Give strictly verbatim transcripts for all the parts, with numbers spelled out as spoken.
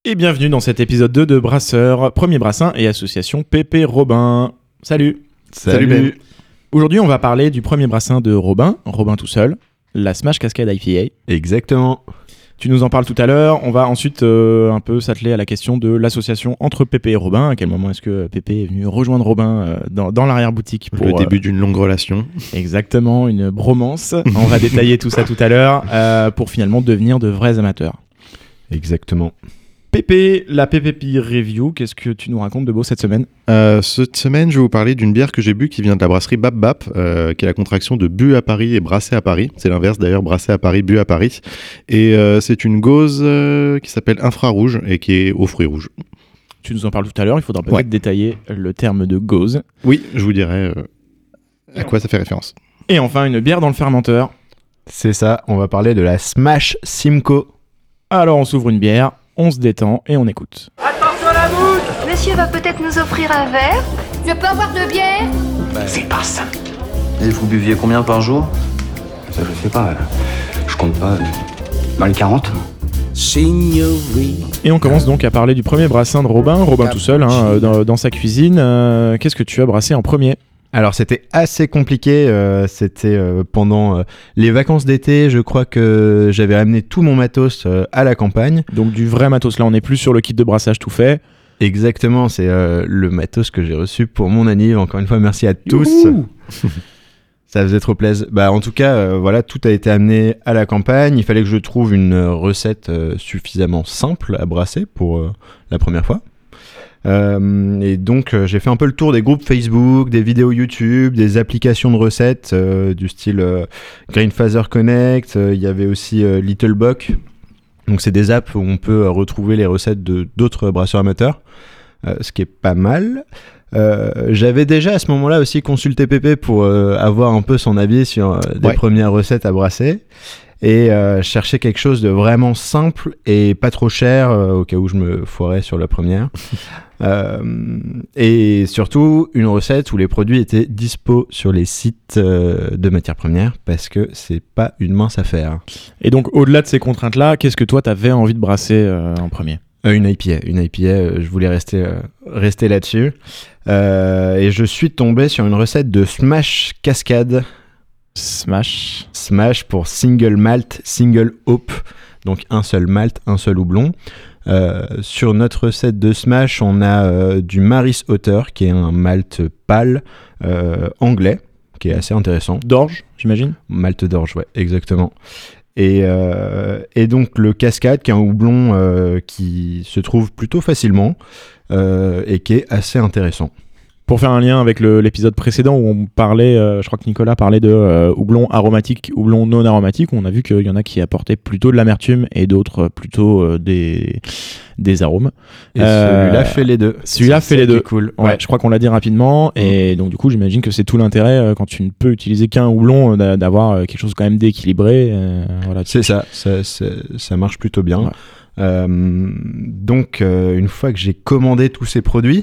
Et bienvenue dans cet épisode deux de Brasseur, premier brassin et association Pépé Robin. Salut. Salut, Salut Ben. Aujourd'hui, on va parler du premier brassin de Robin, Robin tout seul, la Smash Cascade I P A. Exactement. Tu nous en parles tout à l'heure. On va ensuite euh, un peu s'atteler à la question de l'association entre Pépé et Robin. À quel moment est-ce que Pépé est venu rejoindre Robin euh, dans, dans l'arrière-boutique pour, Le début euh, d'une longue relation. Exactement, une bromance. On va détailler tout ça tout à l'heure euh, pour finalement devenir de vrais amateurs. Exactement. Pépé, la Pépé Peer Review, qu'est-ce que tu nous racontes de beau cette semaine ? euh, Cette semaine, je vais vous parler d'une bière que j'ai bu qui vient de la brasserie Bap Bap, euh, qui est la contraction de bu à Paris et brassé à Paris. C'est l'inverse d'ailleurs, brassé à Paris, bu à Paris. Et euh, c'est une gauze euh, qui s'appelle Infrarouge et qui est aux fruits rouges. Tu nous en parles tout à l'heure, il faudra peut-être ouais. détailler le terme de gauze. Oui, je vous dirai euh, à quoi ça fait référence. Et enfin, une bière dans le fermenteur. C'est ça, on va parler de la Smash Simcoe. Alors on s'ouvre une bière, on se détend et on écoute. Attention à la mouche! Monsieur va peut-être nous offrir un verre. Je peux avoir de bière? Bah, c'est pas ça. Et vous buviez combien par jour? Ça, je sais pas. Je compte pas. Dans les quarante. Et on commence donc à parler du premier brassin de Robin, Robin tout seul, hein, dans, dans sa cuisine. Euh, qu'est-ce que tu as brassé en premier ? Alors c'était assez compliqué, euh, c'était euh, pendant euh, les vacances d'été, je crois que j'avais amené tout mon matos euh, à la campagne. Donc du vrai matos, là on n'est plus sur le kit de brassage tout fait. Exactement, c'est euh, le matos que j'ai reçu pour mon anniv, encore une fois merci à tous. Ça faisait trop plaisir. Bah, en tout cas, euh, voilà, tout a été amené à la campagne, il fallait que je trouve une recette euh, suffisamment simple à brasser pour euh, la première fois. Euh, et donc euh, j'ai fait un peu le tour des groupes Facebook, des vidéos YouTube, des applications de recettes euh, du style euh, Greenfather Connect, il euh, y avait aussi euh, Littlebox, donc c'est des apps où on peut euh, retrouver les recettes de, d'autres brasseurs amateurs, euh, ce qui est pas mal. Euh, j'avais déjà à ce moment-là aussi consulté Pépé pour euh, avoir un peu son avis sur euh, des ouais. premières recettes à brasser. Et euh, chercher quelque chose de vraiment simple et pas trop cher, euh, au cas où je me foirais sur la première. euh, et surtout, une recette où les produits étaient dispo sur les sites euh, de matières premières, parce que c'est pas une mince affaire. Et donc, au-delà de ces contraintes-là, qu'est-ce que toi, t'avais envie de brasser euh, en premier ? euh, Une I P A. Une I P A, euh, je voulais rester, euh, rester là-dessus. Euh, et je suis tombé sur une recette de Smash Cascade. Smash. Smash pour single malt, single hop, donc un seul malt, un seul houblon. Euh, sur notre recette de Smash, on a euh, du Maris Otter, qui est un malt pâle euh, anglais, qui est assez intéressant. D'orge, j'imagine ? Malt d'orge, ouais, exactement. Et, euh, et donc le Cascade, qui est un houblon euh, qui se trouve plutôt facilement euh, et qui est assez intéressant. Pour faire un lien avec le, l'épisode précédent où on parlait, euh, je crois que Nicolas parlait de euh, houblon aromatique, houblon non aromatique, on a vu qu'il y en a qui apportaient plutôt de l'amertume et d'autres plutôt euh, des, des arômes. Et euh, celui-là fait les deux. Celui-là c'est fait les deux. Cool. Ouais, ouais, je crois qu'on l'a dit rapidement mmh. et donc du coup j'imagine que c'est tout l'intérêt euh, quand tu ne peux utiliser qu'un houblon euh, d'avoir euh, quelque chose quand même d'équilibré. Euh, voilà. C'est ça, ça, ça, ça marche plutôt bien. Ouais. Euh, donc euh, une fois que j'ai commandé tous ces produits,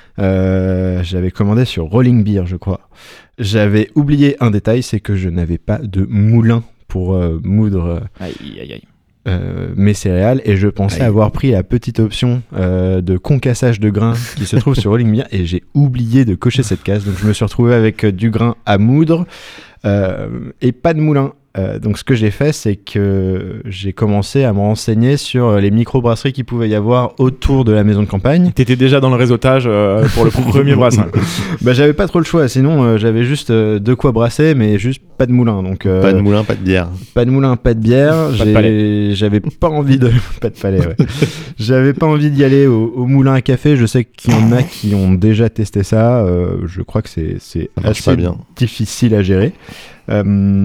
Euh, j'avais commandé sur Rolling Beer, je crois. J'avais oublié un détail, c'est que je n'avais pas de moulin pour euh, moudre euh, aïe, aïe, aïe. Euh, mes céréales, et je pensais aïe. avoir pris la petite option euh, de concassage de grains qui se trouve sur Rolling Beer, et j'ai oublié de cocher cette case, donc je me suis retrouvé avec du grain à moudre euh, et pas de moulin. Euh, donc ce que j'ai fait, c'est que j'ai commencé à me renseigner sur les micro-brasseries qu'il pouvait y avoir autour de la maison de campagne. T'étais déjà dans le réseautage euh, pour le premier brassin. Bah j'avais pas trop le choix, sinon euh, j'avais juste euh, de quoi brasser, mais juste pas de moulin. Donc euh, pas de moulin, pas de bière. Pas de moulin, pas de bière. Pas j'ai... de palais. J'avais pas envie de pas de palais. Ouais. J'avais pas envie d'y aller au, au moulin à café. Je sais qu'il y en a qui ont déjà testé ça. Euh, je crois que c'est c'est assez bien. difficile à gérer. Euh,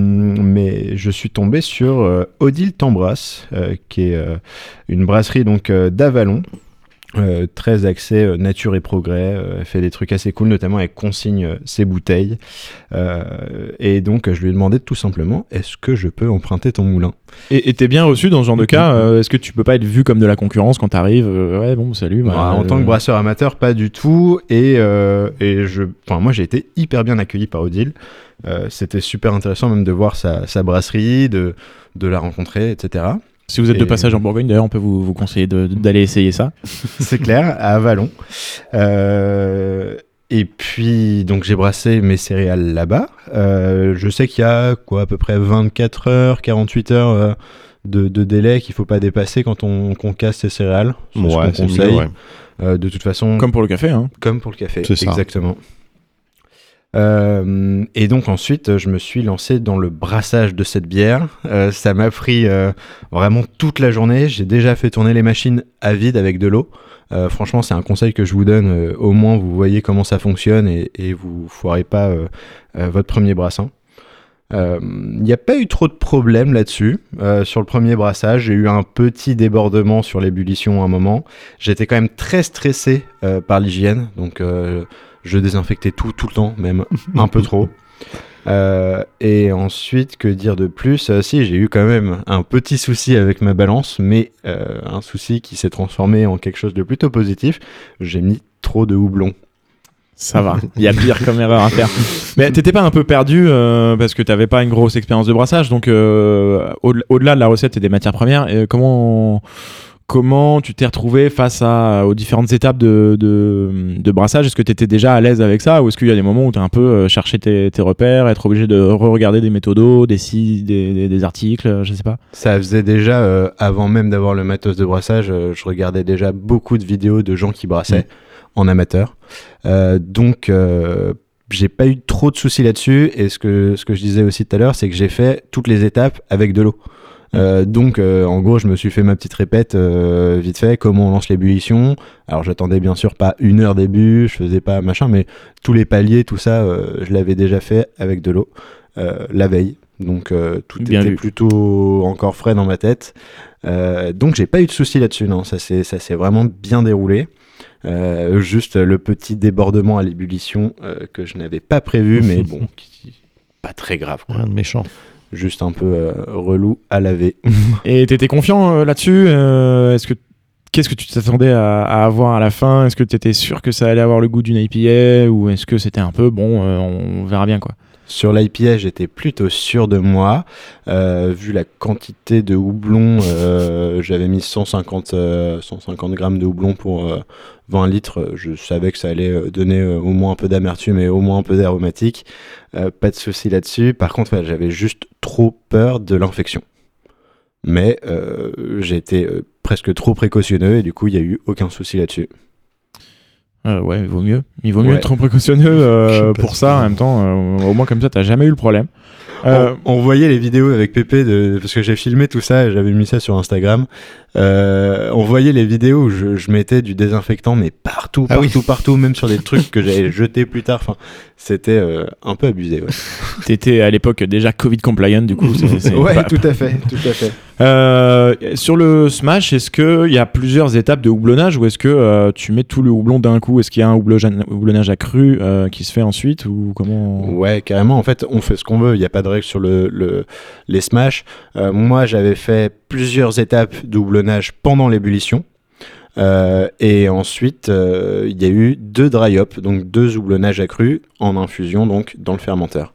mais je suis tombé sur euh, Odile Tambrasse, euh, qui est euh, une brasserie donc euh, d'Avalon, euh, très axée euh, nature et progrès. Euh, elle fait des trucs assez cool, notamment elle consigne euh, ses bouteilles. Euh, et donc je lui ai demandé tout simplement, est-ce que je peux emprunter ton moulin ? Et t'es bien reçu dans ce genre de cas euh, est-ce que tu peux pas être vu comme de la concurrence quand t'arrives euh, ouais bon salut bah, bah, en euh... tant que brasseur amateur, pas du tout. Et, euh, et je, enfin moi j'ai été hyper bien accueilli par Odile. Euh, c'était super intéressant même de voir sa, sa brasserie, de, de la rencontrer, et cetera. Si vous êtes Et... de passage en Bourgogne, d'ailleurs, on peut vous, vous conseiller de, d'aller essayer ça. C'est clair, à Avalon. Euh... Et puis, donc, j'ai brassé mes céréales là-bas. Euh, je sais qu'il y a, quoi, à peu près vingt-quatre heures, quarante-huit heures euh, de, de délai qu'il ne faut pas dépasser quand on, qu'on casse ses céréales. C'est Ouais, ce qu'on c'est conseille. mieux, ouais. Euh, de toute façon... Comme pour le café, hein. Comme pour le café, C'est ça. exactement. Euh, et donc ensuite, je me suis lancé dans le brassage de cette bière. Euh, ça m'a pris euh, vraiment toute la journée. J'ai déjà fait tourner les machines à vide avec de l'eau. Euh, franchement, c'est un conseil que je vous donne. Euh, au moins, vous voyez comment ça fonctionne et, et vous foirez pas euh, euh, votre premier brassin. Il euh, n'y a pas eu trop de problèmes là-dessus. Euh, sur le premier brassage, j'ai eu un petit débordement sur l'ébullition à un moment. J'étais quand même très stressé euh, par l'hygiène, donc euh, je désinfectais tout, tout le temps, même un peu trop. Euh, et ensuite, que dire de plus euh, Si, j'ai eu quand même un petit souci avec ma balance, mais euh, un souci qui s'est transformé en quelque chose de plutôt positif. J'ai mis trop de houblon. Ça va, il y a pire comme erreur à faire. Mais t'étais pas un peu perdu euh, parce que t'avais pas une grosse expérience de brassage, donc euh, au- au-delà de la recette et des matières premières, euh, comment comment tu t'es retrouvé face à, aux différentes étapes de, de, de brassage? Est-ce que t'étais déjà à l'aise avec ça, ou est-ce qu'il y a des moments où t'as un peu euh, cherché tes, tes repères, être obligé de re-regarder des méthodos, des sites, des, des, des articles, je sais pas? Ça faisait déjà, euh, avant même d'avoir le matos de brassage, euh, je regardais déjà beaucoup de vidéos de gens qui brassaient mmh. en amateur. Euh, donc, euh, j'ai pas eu trop de soucis là-dessus. Et ce que, ce que je disais aussi tout à l'heure, c'est que j'ai fait toutes les étapes avec de l'eau. Euh, donc euh, en gros je me suis fait ma petite répète euh, vite fait, comment on lance l'ébullition. Alors j'attendais bien sûr pas une heure début, je faisais pas machin, mais tous les paliers, tout ça euh, je l'avais déjà fait avec de l'eau euh, la veille, donc euh, tout Bien était vu. plutôt encore frais dans ma tête. Euh, donc j'ai pas eu de soucis là-dessus, non, ça s'est, ça s'est vraiment bien déroulé. Euh, juste le petit débordement à l'ébullition euh, que je n'avais pas prévu, mais bon, qui, pas très grave quoi. Rien de méchant. Juste un peu euh, relou à laver. Et t'étais confiant euh, là-dessus euh, Est-ce que qu'est-ce que tu t'attendais à, à avoir à la fin? Est-ce que t'étais sûr que ça allait avoir le goût d'une I P A, ou est-ce que c'était un peu bon, euh, on verra bien quoi? Sur l'I P A, j'étais plutôt sûr de moi. Euh, vu la quantité de houblon, euh, j'avais mis cent cinquante, euh, cent cinquante grammes de houblon pour euh, vingt litres. Je savais que ça allait donner euh, au moins un peu d'amertume et au moins un peu d'aromatique. Euh, pas de souci là-dessus. Par contre, ouais, j'avais juste trop peur de l'infection. Mais euh, j'ai été euh, presque trop précautionneux et du coup, il n'y a eu aucun souci là-dessus. Euh, ouais, il vaut mieux. Il vaut mieux Ouais. être trop précautionneux euh, pas pour si ça. bien. En même temps, euh, au moins comme ça, t'as jamais eu le problème. Euh, On, on voyait les vidéos avec Pépé, de, parce que j'ai filmé tout ça et j'avais mis ça sur Instagram. Euh, on voyait les vidéos où je, je mettais du désinfectant, mais partout, Ah partout, oui. partout, même sur des trucs que j'allais jeter plus tard. Enfin, c'était euh, un peu abusé. Ouais, T'étais à l'époque déjà Covid compliant, du coup. C'est, c'est ouais pas- tout à fait, tout à fait. Euh, sur le Smash, est-ce qu'il y a plusieurs étapes de houblonnage, ou est-ce que euh, tu mets tout le houblon d'un coup? Est-ce qu'il y a un houblonnage, houblonnage accru euh, qui se fait ensuite, ou comment? Ouais, carrément. En fait, on fait ce qu'on veut. Il n'y a pas de règle sur le, le, les smash. Euh, moi, j'avais fait plusieurs étapes de houblonnage pendant l'ébullition. Euh, et ensuite, euh, il y a eu deux dry hop, donc deux houblonnages accrus en infusion, donc dans le fermenteur.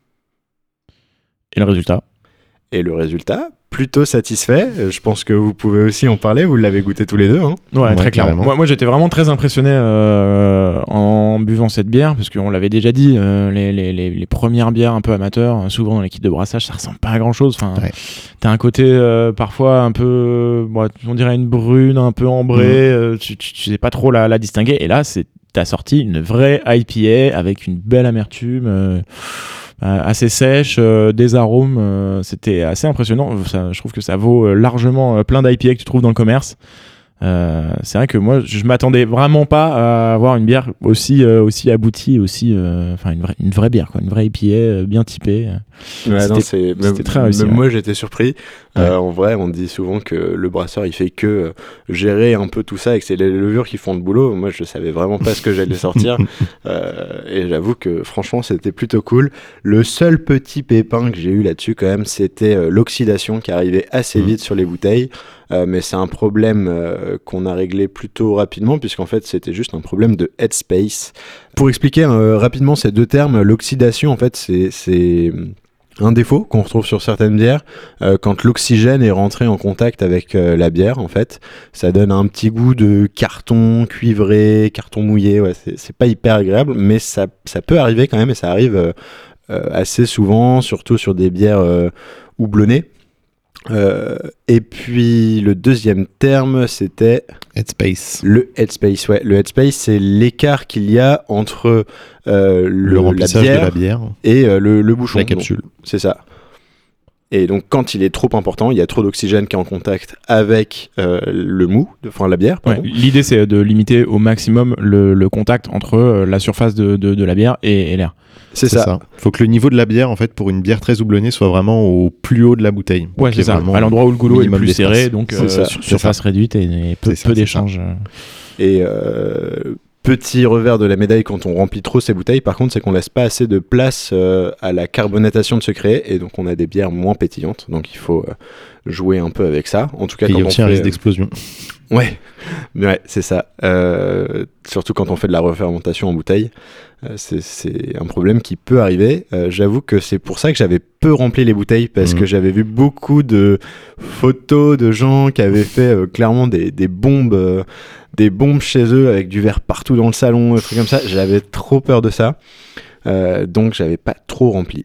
Et le résultat? Et le résultat, plutôt satisfait. Euh, Je pense que vous pouvez aussi en parler. Vous l'avez goûté tous les deux. Hein. Ouais, Ouais, très clairement. carrément. Moi, moi, j'étais vraiment très impressionné euh, en buvant cette bière, parce qu'on l'avait déjà dit, euh, les, les, les, les premières bières un peu amateurs, euh, souvent dans les kits de brassage, ça ressemble pas à grand chose. Enfin, Ouais. t'as un côté euh, parfois un peu, bon, on dirait une brune, un peu ambrée, Mhm. euh, tu, tu, tu sais pas trop la, la distinguer. Et là, c'est, t'as sorti une vraie I P A avec une belle amertume. Euh, Euh, assez sèche, euh, des arômes, euh, c'était assez impressionnant. Ça, je trouve que ça vaut euh, largement euh, plein d'I P A que tu trouves dans le commerce. Euh, c'est vrai que moi, je m'attendais vraiment pas à avoir une bière aussi euh, aussi aboutie, aussi, euh, enfin une vraie une vraie bière, quoi, une vraie I P A euh, bien typée. Ouais, C'était- non, c'est, c'était même- très réussi, même ouais. moi, j'étais surpris. Euh, en vrai, on dit souvent que le brasseur, il fait que euh, gérer un peu tout ça et que c'est les levures qui font le boulot. Moi, je savais vraiment pas ce que j'allais sortir. Euh, et j'avoue que franchement, c'était plutôt cool. Le seul petit pépin que j'ai eu là-dessus, quand même, c'était euh, l'oxydation qui arrivait assez Mhm. vite sur les bouteilles. Euh, mais c'est un problème euh, qu'on a réglé plutôt rapidement, puisqu'en fait, c'était juste un problème de headspace. Pour expliquer euh, rapidement ces deux termes, l'oxydation, en fait, c'est, c'est un défaut qu'on retrouve sur certaines bières, euh, quand l'oxygène est rentré en contact avec euh, la bière, en fait, ça donne un petit goût de carton cuivré, carton mouillé. Ouais, c'est, c'est pas hyper agréable, mais ça, ça peut arriver quand même, et ça arrive euh, euh, assez souvent, surtout sur des bières euh, houblonnées. Euh, et puis le deuxième terme, c'était Headspace. le headspace. Ouais, le headspace, c'est l'écart qu'il y a entre euh, le, Le remplissage la bière de la bière, et euh, le, le bouchon. la capsule. Donc, c'est ça. Et donc quand il est trop important, il y a trop d'oxygène qui est en contact avec euh, le mou, enfin la bière. Ouais, Pardon. l'idée c'est de limiter au maximum le, le contact entre euh, la surface de, de, de la bière et, et l'air. C'est, C'est ça. ça. Faut que le niveau de la bière, en fait, pour une bière très houblonnée, soit vraiment au plus haut de la bouteille. Ouais, Qui c'est est ça. vraiment À l'endroit où le goulot est le minimum plus d'espace. serré, donc C'est euh, ça, sur- c'est surface ça. réduite et, et peu, C'est ça, peu c'est d'échanges. Et euh, petit revers de la médaille quand on remplit trop ces bouteilles, par contre, c'est qu'on laisse pas assez de place euh, à la carbonatation de se créer, et donc on a des bières moins pétillantes. Donc il faut euh, jouer un peu avec ça. En tout cas, Et il quand y a on aussi un fait... risque d'explosion. Ouais, ouais, c'est ça. Euh, surtout quand on fait de la refermentation en bouteille, euh, c'est, c'est un problème qui peut arriver. Euh, j'avoue que c'est pour ça que j'avais peu rempli les bouteilles, parce Mhm. que j'avais vu beaucoup de photos de gens qui avaient fait euh, clairement des, des bombes, euh, des bombes chez eux avec du verre partout dans le salon, des trucs comme ça. J'avais trop peur de ça, euh, donc j'avais pas trop rempli.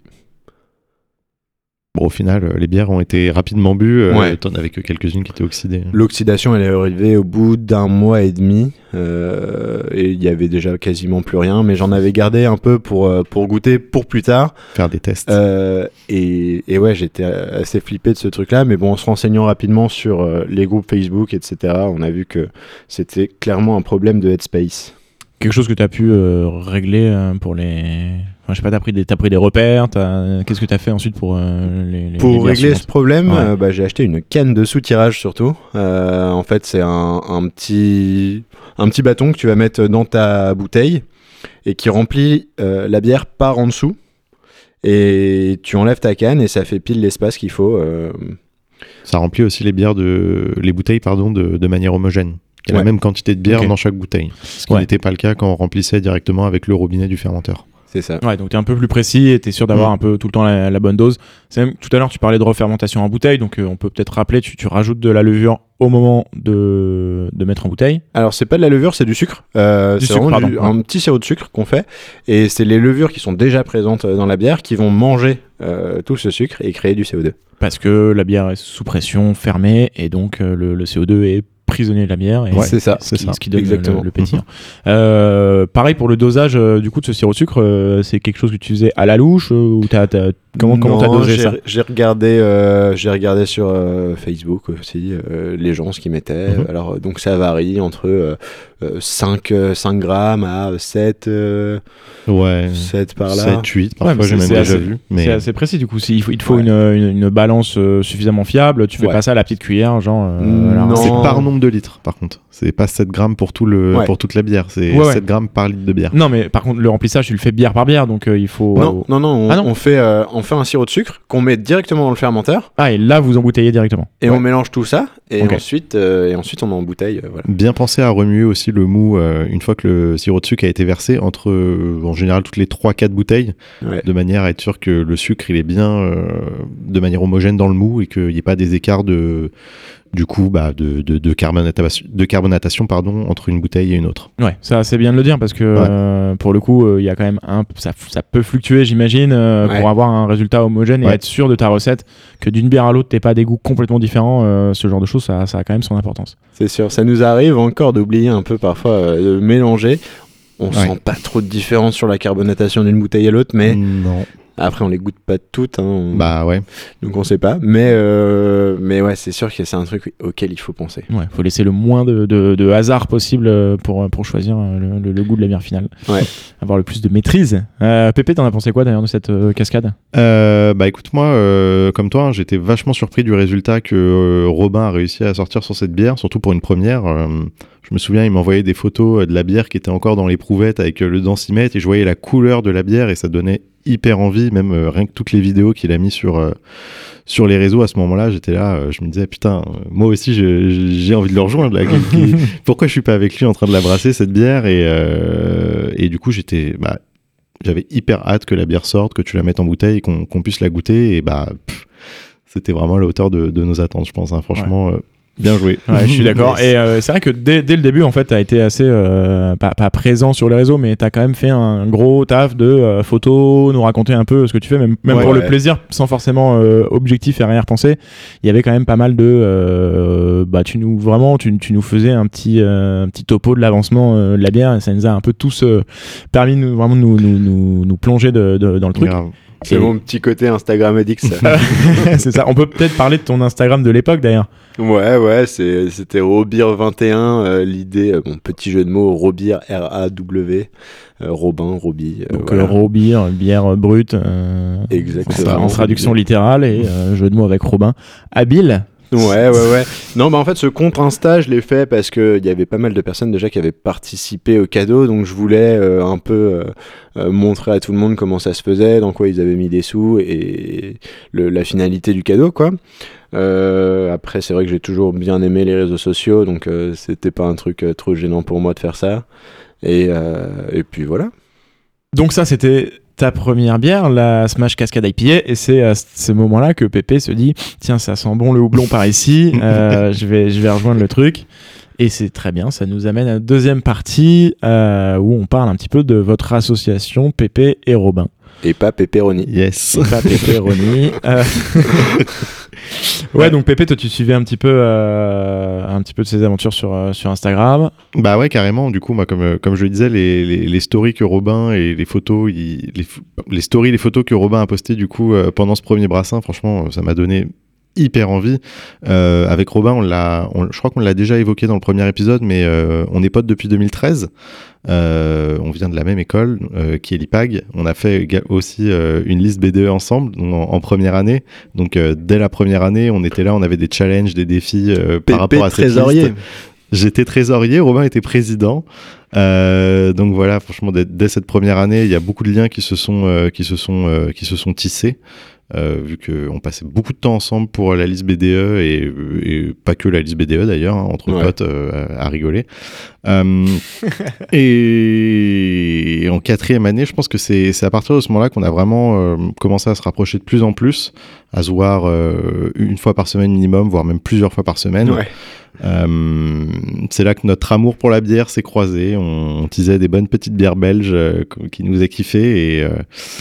Bon, au final, euh, les bières ont été rapidement bues. Euh, Ouais. T'en avais que quelques-unes qui étaient oxydées. L'oxydation, elle est arrivée au bout d'un mois et demi, euh, et il y avait déjà quasiment plus rien, mais j'en avais gardé un peu pour, euh, pour goûter pour plus tard. Faire des tests. Euh, et, et ouais, j'étais assez flippé de ce truc-là, mais bon, en se renseignant rapidement sur euh, les groupes Facebook, et cetera, on a vu que c'était clairement un problème de headspace. Quelque chose que tu as pu euh, régler euh, pour les. Enfin, je sais pas, t'as pris des, t'as pris des repères, t'as... qu'est-ce que t'as fait ensuite pour euh, les, les. Pour les bières régler ce suivantes problème, Ouais. euh, bah, j'ai acheté une canne de soutirage surtout. Euh, en fait, c'est un, un, petit, un petit bâton que tu vas mettre dans ta bouteille et qui remplit euh, la bière par en dessous. Et tu enlèves ta canne et ça fait pile l'espace qu'il faut. Euh... Ça remplit aussi les bières de, les bouteilles, pardon, de, de manière homogène. Il y a Ouais. la même quantité de bière Ok. dans chaque bouteille. Ce qui Ouais. n'était pas le cas quand on remplissait directement avec le robinet du fermenteur. C'est ça. Ouais, donc t'es un peu plus précis et t'es sûr d'avoir Mm. un peu tout le temps la, la bonne dose. C'est même, tout à l'heure, tu parlais de refermentation en bouteille, donc euh, on peut peut-être rappeler, tu, tu rajoutes de la levure au moment de, de mettre en bouteille. Alors, c'est pas de la levure, c'est du sucre. Euh, Du c'est sucre, vraiment du- pardon, ouais. un petit sirop de sucre qu'on fait. Et c'est les levures qui sont déjà présentes dans la bière qui vont manger euh, tout ce sucre et créer du C O deux. Parce que la bière est sous pression fermée et donc euh, le, le C O deux est prisonnier de la bière. Et Ouais, c'est ça, Ce c'est qui, ça. ce qui donne le- Exactement. le, le pétillant. Euh, pareil pour le dosage euh, du coup de ce sirop de sucre, euh, c'est quelque chose que tu faisais à la louche euh, ou t'as, t'as- comment comment t'as Non, dosé j'ai, ça j'ai regardé, euh, j'ai regardé sur euh, Facebook aussi euh, les gens ce qu'ils mettaient. Mhm. Alors, euh, donc ça varie entre euh, euh, cinq, euh, cinq grammes à sept, euh, Ouais. sept par là. sept, huit, Ouais, mais parfois j'ai c'est- même c'est déjà assez- vu. Mais C'est assez précis du coup. S'il faut, il te faut Ouais. une, une, une balance euh, suffisamment fiable, tu fais Ouais. pas ça à la petite cuillère, genre. euh, Mm, alors, non. c'est Oh. par nombre de litres, par contre. C'est pas sept grammes pour, tout le, Ouais. pour toute la bière. C'est Ouais, ouais. sept grammes par litre de bière. Non, mais par contre, le remplissage, tu le fais bière par bière, donc euh, il faut. Non, non, non, on, Ah non. on fait, euh, on fait un sirop de sucre qu'on met directement dans le fermenteur Ah, et là, vous embouteillez directement. et Ouais. on mélange tout ça et, Ok. ensuite, euh, et ensuite on en bouteille. euh, voilà. Bien penser à remuer aussi le mou euh, une fois que le sirop de sucre a été versé entre euh, en général toutes les trois quatre bouteilles Ouais. de manière à être sûr que le sucre il est bien euh, de manière homogène dans le mou et qu'il n'y ait pas des écarts de du coup bah, de, de, de carbonatation, de carbonatation pardon, entre une bouteille et une autre. Ouais, ça c'est bien de le dire parce que Ouais. euh, pour le coup, il y a quand même un, ça, ça peut fluctuer, j'imagine, euh, Ouais. pour avoir un résultat homogène et Ouais. être sûr de ta recette, que d'une bière à l'autre, t'aies pas des goûts complètement différents. euh, ce genre de choses, ça, ça a quand même son importance. C'est sûr, ça nous arrive encore d'oublier un peu parfois euh, de mélanger. On Ouais. sent pas trop de différence sur la carbonatation d'une bouteille à l'autre, mais Non. après on les goûte pas toutes, hein, on- Bah ouais. donc on sait pas. Mais, euh, mais ouais, c'est sûr que c'est un truc auquel il faut penser. Ouais, faut laisser le moins de, de, de hasard possible euh, pour, pour choisir euh, le, le- le goût de la bière finale. Ouais. Avoir le plus de maîtrise. Euh, Pépé, t'en as pensé quoi d'ailleurs de cette euh, cascade? Euh, bah écoute moi euh, comme toi hein, j'étais vachement surpris du résultat que euh, Robin a réussi à sortir sur cette bière, surtout pour une première. Euh, je me souviens il m'envoyait des photos euh, de la bière qui était encore dans l'éprouvette avec euh, le densimètre et je voyais la couleur de la bière et ça donnait hyper envie, même euh, rien que toutes les vidéos qu'il a mis sur euh, sur les réseaux à ce moment-là, j'étais là, euh, je me disais putain, euh, moi aussi je- je- j'ai envie de le rejoindre là. qui- qui- pourquoi je suis pas avec lui en train de la brasser cette bière et euh, et du coup j'étais bah, j'avais hyper hâte que la bière sorte, que tu la mettes en bouteille et qu'on, qu'on puisse la goûter. Et bah, pff, c'était vraiment à la hauteur de, de nos attentes, je pense. Hein. Franchement, ouais. euh, bien joué. Ouais, je suis d'accord. Et euh, c'est vrai que dès, dès le début, en fait, t'as été assez euh, pas, pas présent sur les réseaux, mais t'as quand même fait un gros taf de euh, photos, nous raconter un peu ce que tu fais, même, même Ouais, pour ouais. le plaisir, sans forcément euh, objectif et arrière-pensée. Il y avait quand même pas mal de, euh, bah, tu nous vraiment, tu, tu nous faisais un petit, euh, un petit topo de l'avancement euh, de la bière. Et ça nous a un peu tous euh, permis de nous, vraiment de nous, nous, nous, nous plonger de, de, dans le truc. Grave. C'est Et- mon petit côté Instagram addict, ça. C'est ça. On peut peut-être parler de ton Instagram de l'époque d'ailleurs. Ouais, ouais, c'est, c'était Robir vingt et un, euh, l'idée, euh, bon, petit jeu de mots, Robir, R A W, euh, Robin, Roby. Euh, Donc voilà. euh, raw beer, bière brute. Euh, Exactement. En traduction littérale et euh, jeu de mots avec Robin. Habile. Ouais, ouais, ouais. Non, bah en fait, ce compte Insta, je l'ai fait parce qu'il y avait pas mal de personnes déjà qui avaient participé au cadeau, donc je voulais euh, un peu euh, euh, montrer à tout le monde comment ça se faisait, dans quoi ils avaient mis des sous et le, la finalité du cadeau, quoi. Euh, après, c'est vrai que j'ai toujours bien aimé les réseaux sociaux, donc euh, c'était pas un truc euh, trop gênant pour moi de faire ça. Et, euh, et puis voilà. Donc ça, c'était ta première bière, la Smash Cascade I P A, et c'est à ce moment-là que Pépé se dit tiens, ça sent bon le houblon par ici, euh, je vais je vais rejoindre le truc. Et c'est très bien, ça nous amène à la deuxième partie euh, où on parle un petit peu de votre association Pépé et Robin. Et pas Pepperoni. Yes. C'est pas Pépéroni. Euh... ouais, donc Pépé, toi tu suivais un petit peu, euh, un petit peu de ses aventures sur, euh, sur Instagram. Bah ouais, carrément. Du coup, moi, comme, euh, comme je le disais, les, les, les stories que Robin et les photos, il- les, f- les stories, les photos que Robin a postées du coup euh, pendant ce premier brassin, franchement, ça m'a donné hyper envie. Euh, avec Robin, on l'a, on- je crois qu'on l'a déjà évoqué dans le premier épisode, mais euh, on est potes depuis deux mille treize. Euh, on vient de la même école, euh, qui est l'I P A G. On a fait ga- aussi euh, une liste B D E ensemble donc en, en première année. Donc euh, dès la première année, on était là, on avait des challenges, des défis euh, par rapport à cette trésorier. liste. J'étais trésorier, Robin était président. Euh, donc voilà, franchement, dès, dès cette première année, il y a beaucoup de liens qui se sont, euh, qui se sont, euh, qui se sont tissés. Euh, vu qu'on passait beaucoup de temps ensemble pour la liste B D E et, et pas que la liste B D E d'ailleurs, hein, entre Ouais. potes euh, à, à rigoler. Euh, et, et en quatrième année, je pense que c'est, c'est à partir de ce moment-là qu'on a vraiment euh, commencé à se rapprocher de plus en plus, à se voir euh, une fois par semaine minimum, voire même plusieurs fois par semaine. Ouais. Euh, c'est là que notre amour pour la bière s'est croisé. On, on tisait des bonnes petites bières belges euh, qui nous a kiffé et euh,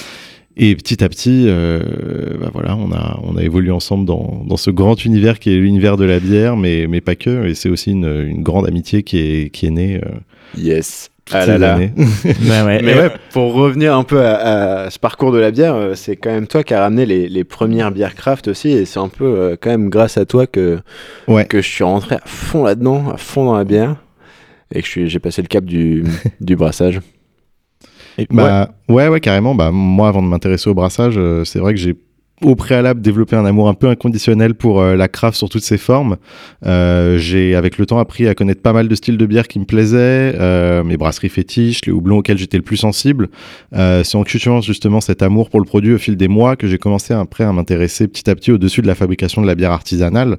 et petit à petit, euh, bah voilà, on a on a évolué ensemble dans dans ce grand univers qui est l'univers de la bière, mais mais pas que. Et c'est aussi une une grande amitié qui est qui est née euh, Yes. toutes Ah ces là là. années. Ouais, ouais. Mais Et- ouais, pour revenir un peu à, à ce parcours de la bière, euh, c'est quand même toi qui as ramené les, les premières bières craft aussi, et c'est un peu euh, quand même grâce à toi que, Ouais. que je suis rentré à fond là-dedans, à fond dans la bière, et que je suis, j'ai passé le cap du, du brassage. et- Bah ouais. ouais, carrément. Bah moi, avant de m'intéresser au brassage, euh, c'est vrai que j'ai au préalable développé un amour un peu inconditionnel pour euh, la craft sur toutes ses formes. Euh, j'ai avec le temps appris à connaître pas mal de styles de bière qui me plaisaient, euh, mes brasseries fétiches, les houblons auxquels j'étais le plus sensible. Euh, c'est en cultivant justement cet amour pour le produit au fil des mois que j'ai commencé après à m'intéresser petit à petit au-dessus de la fabrication de la bière artisanale.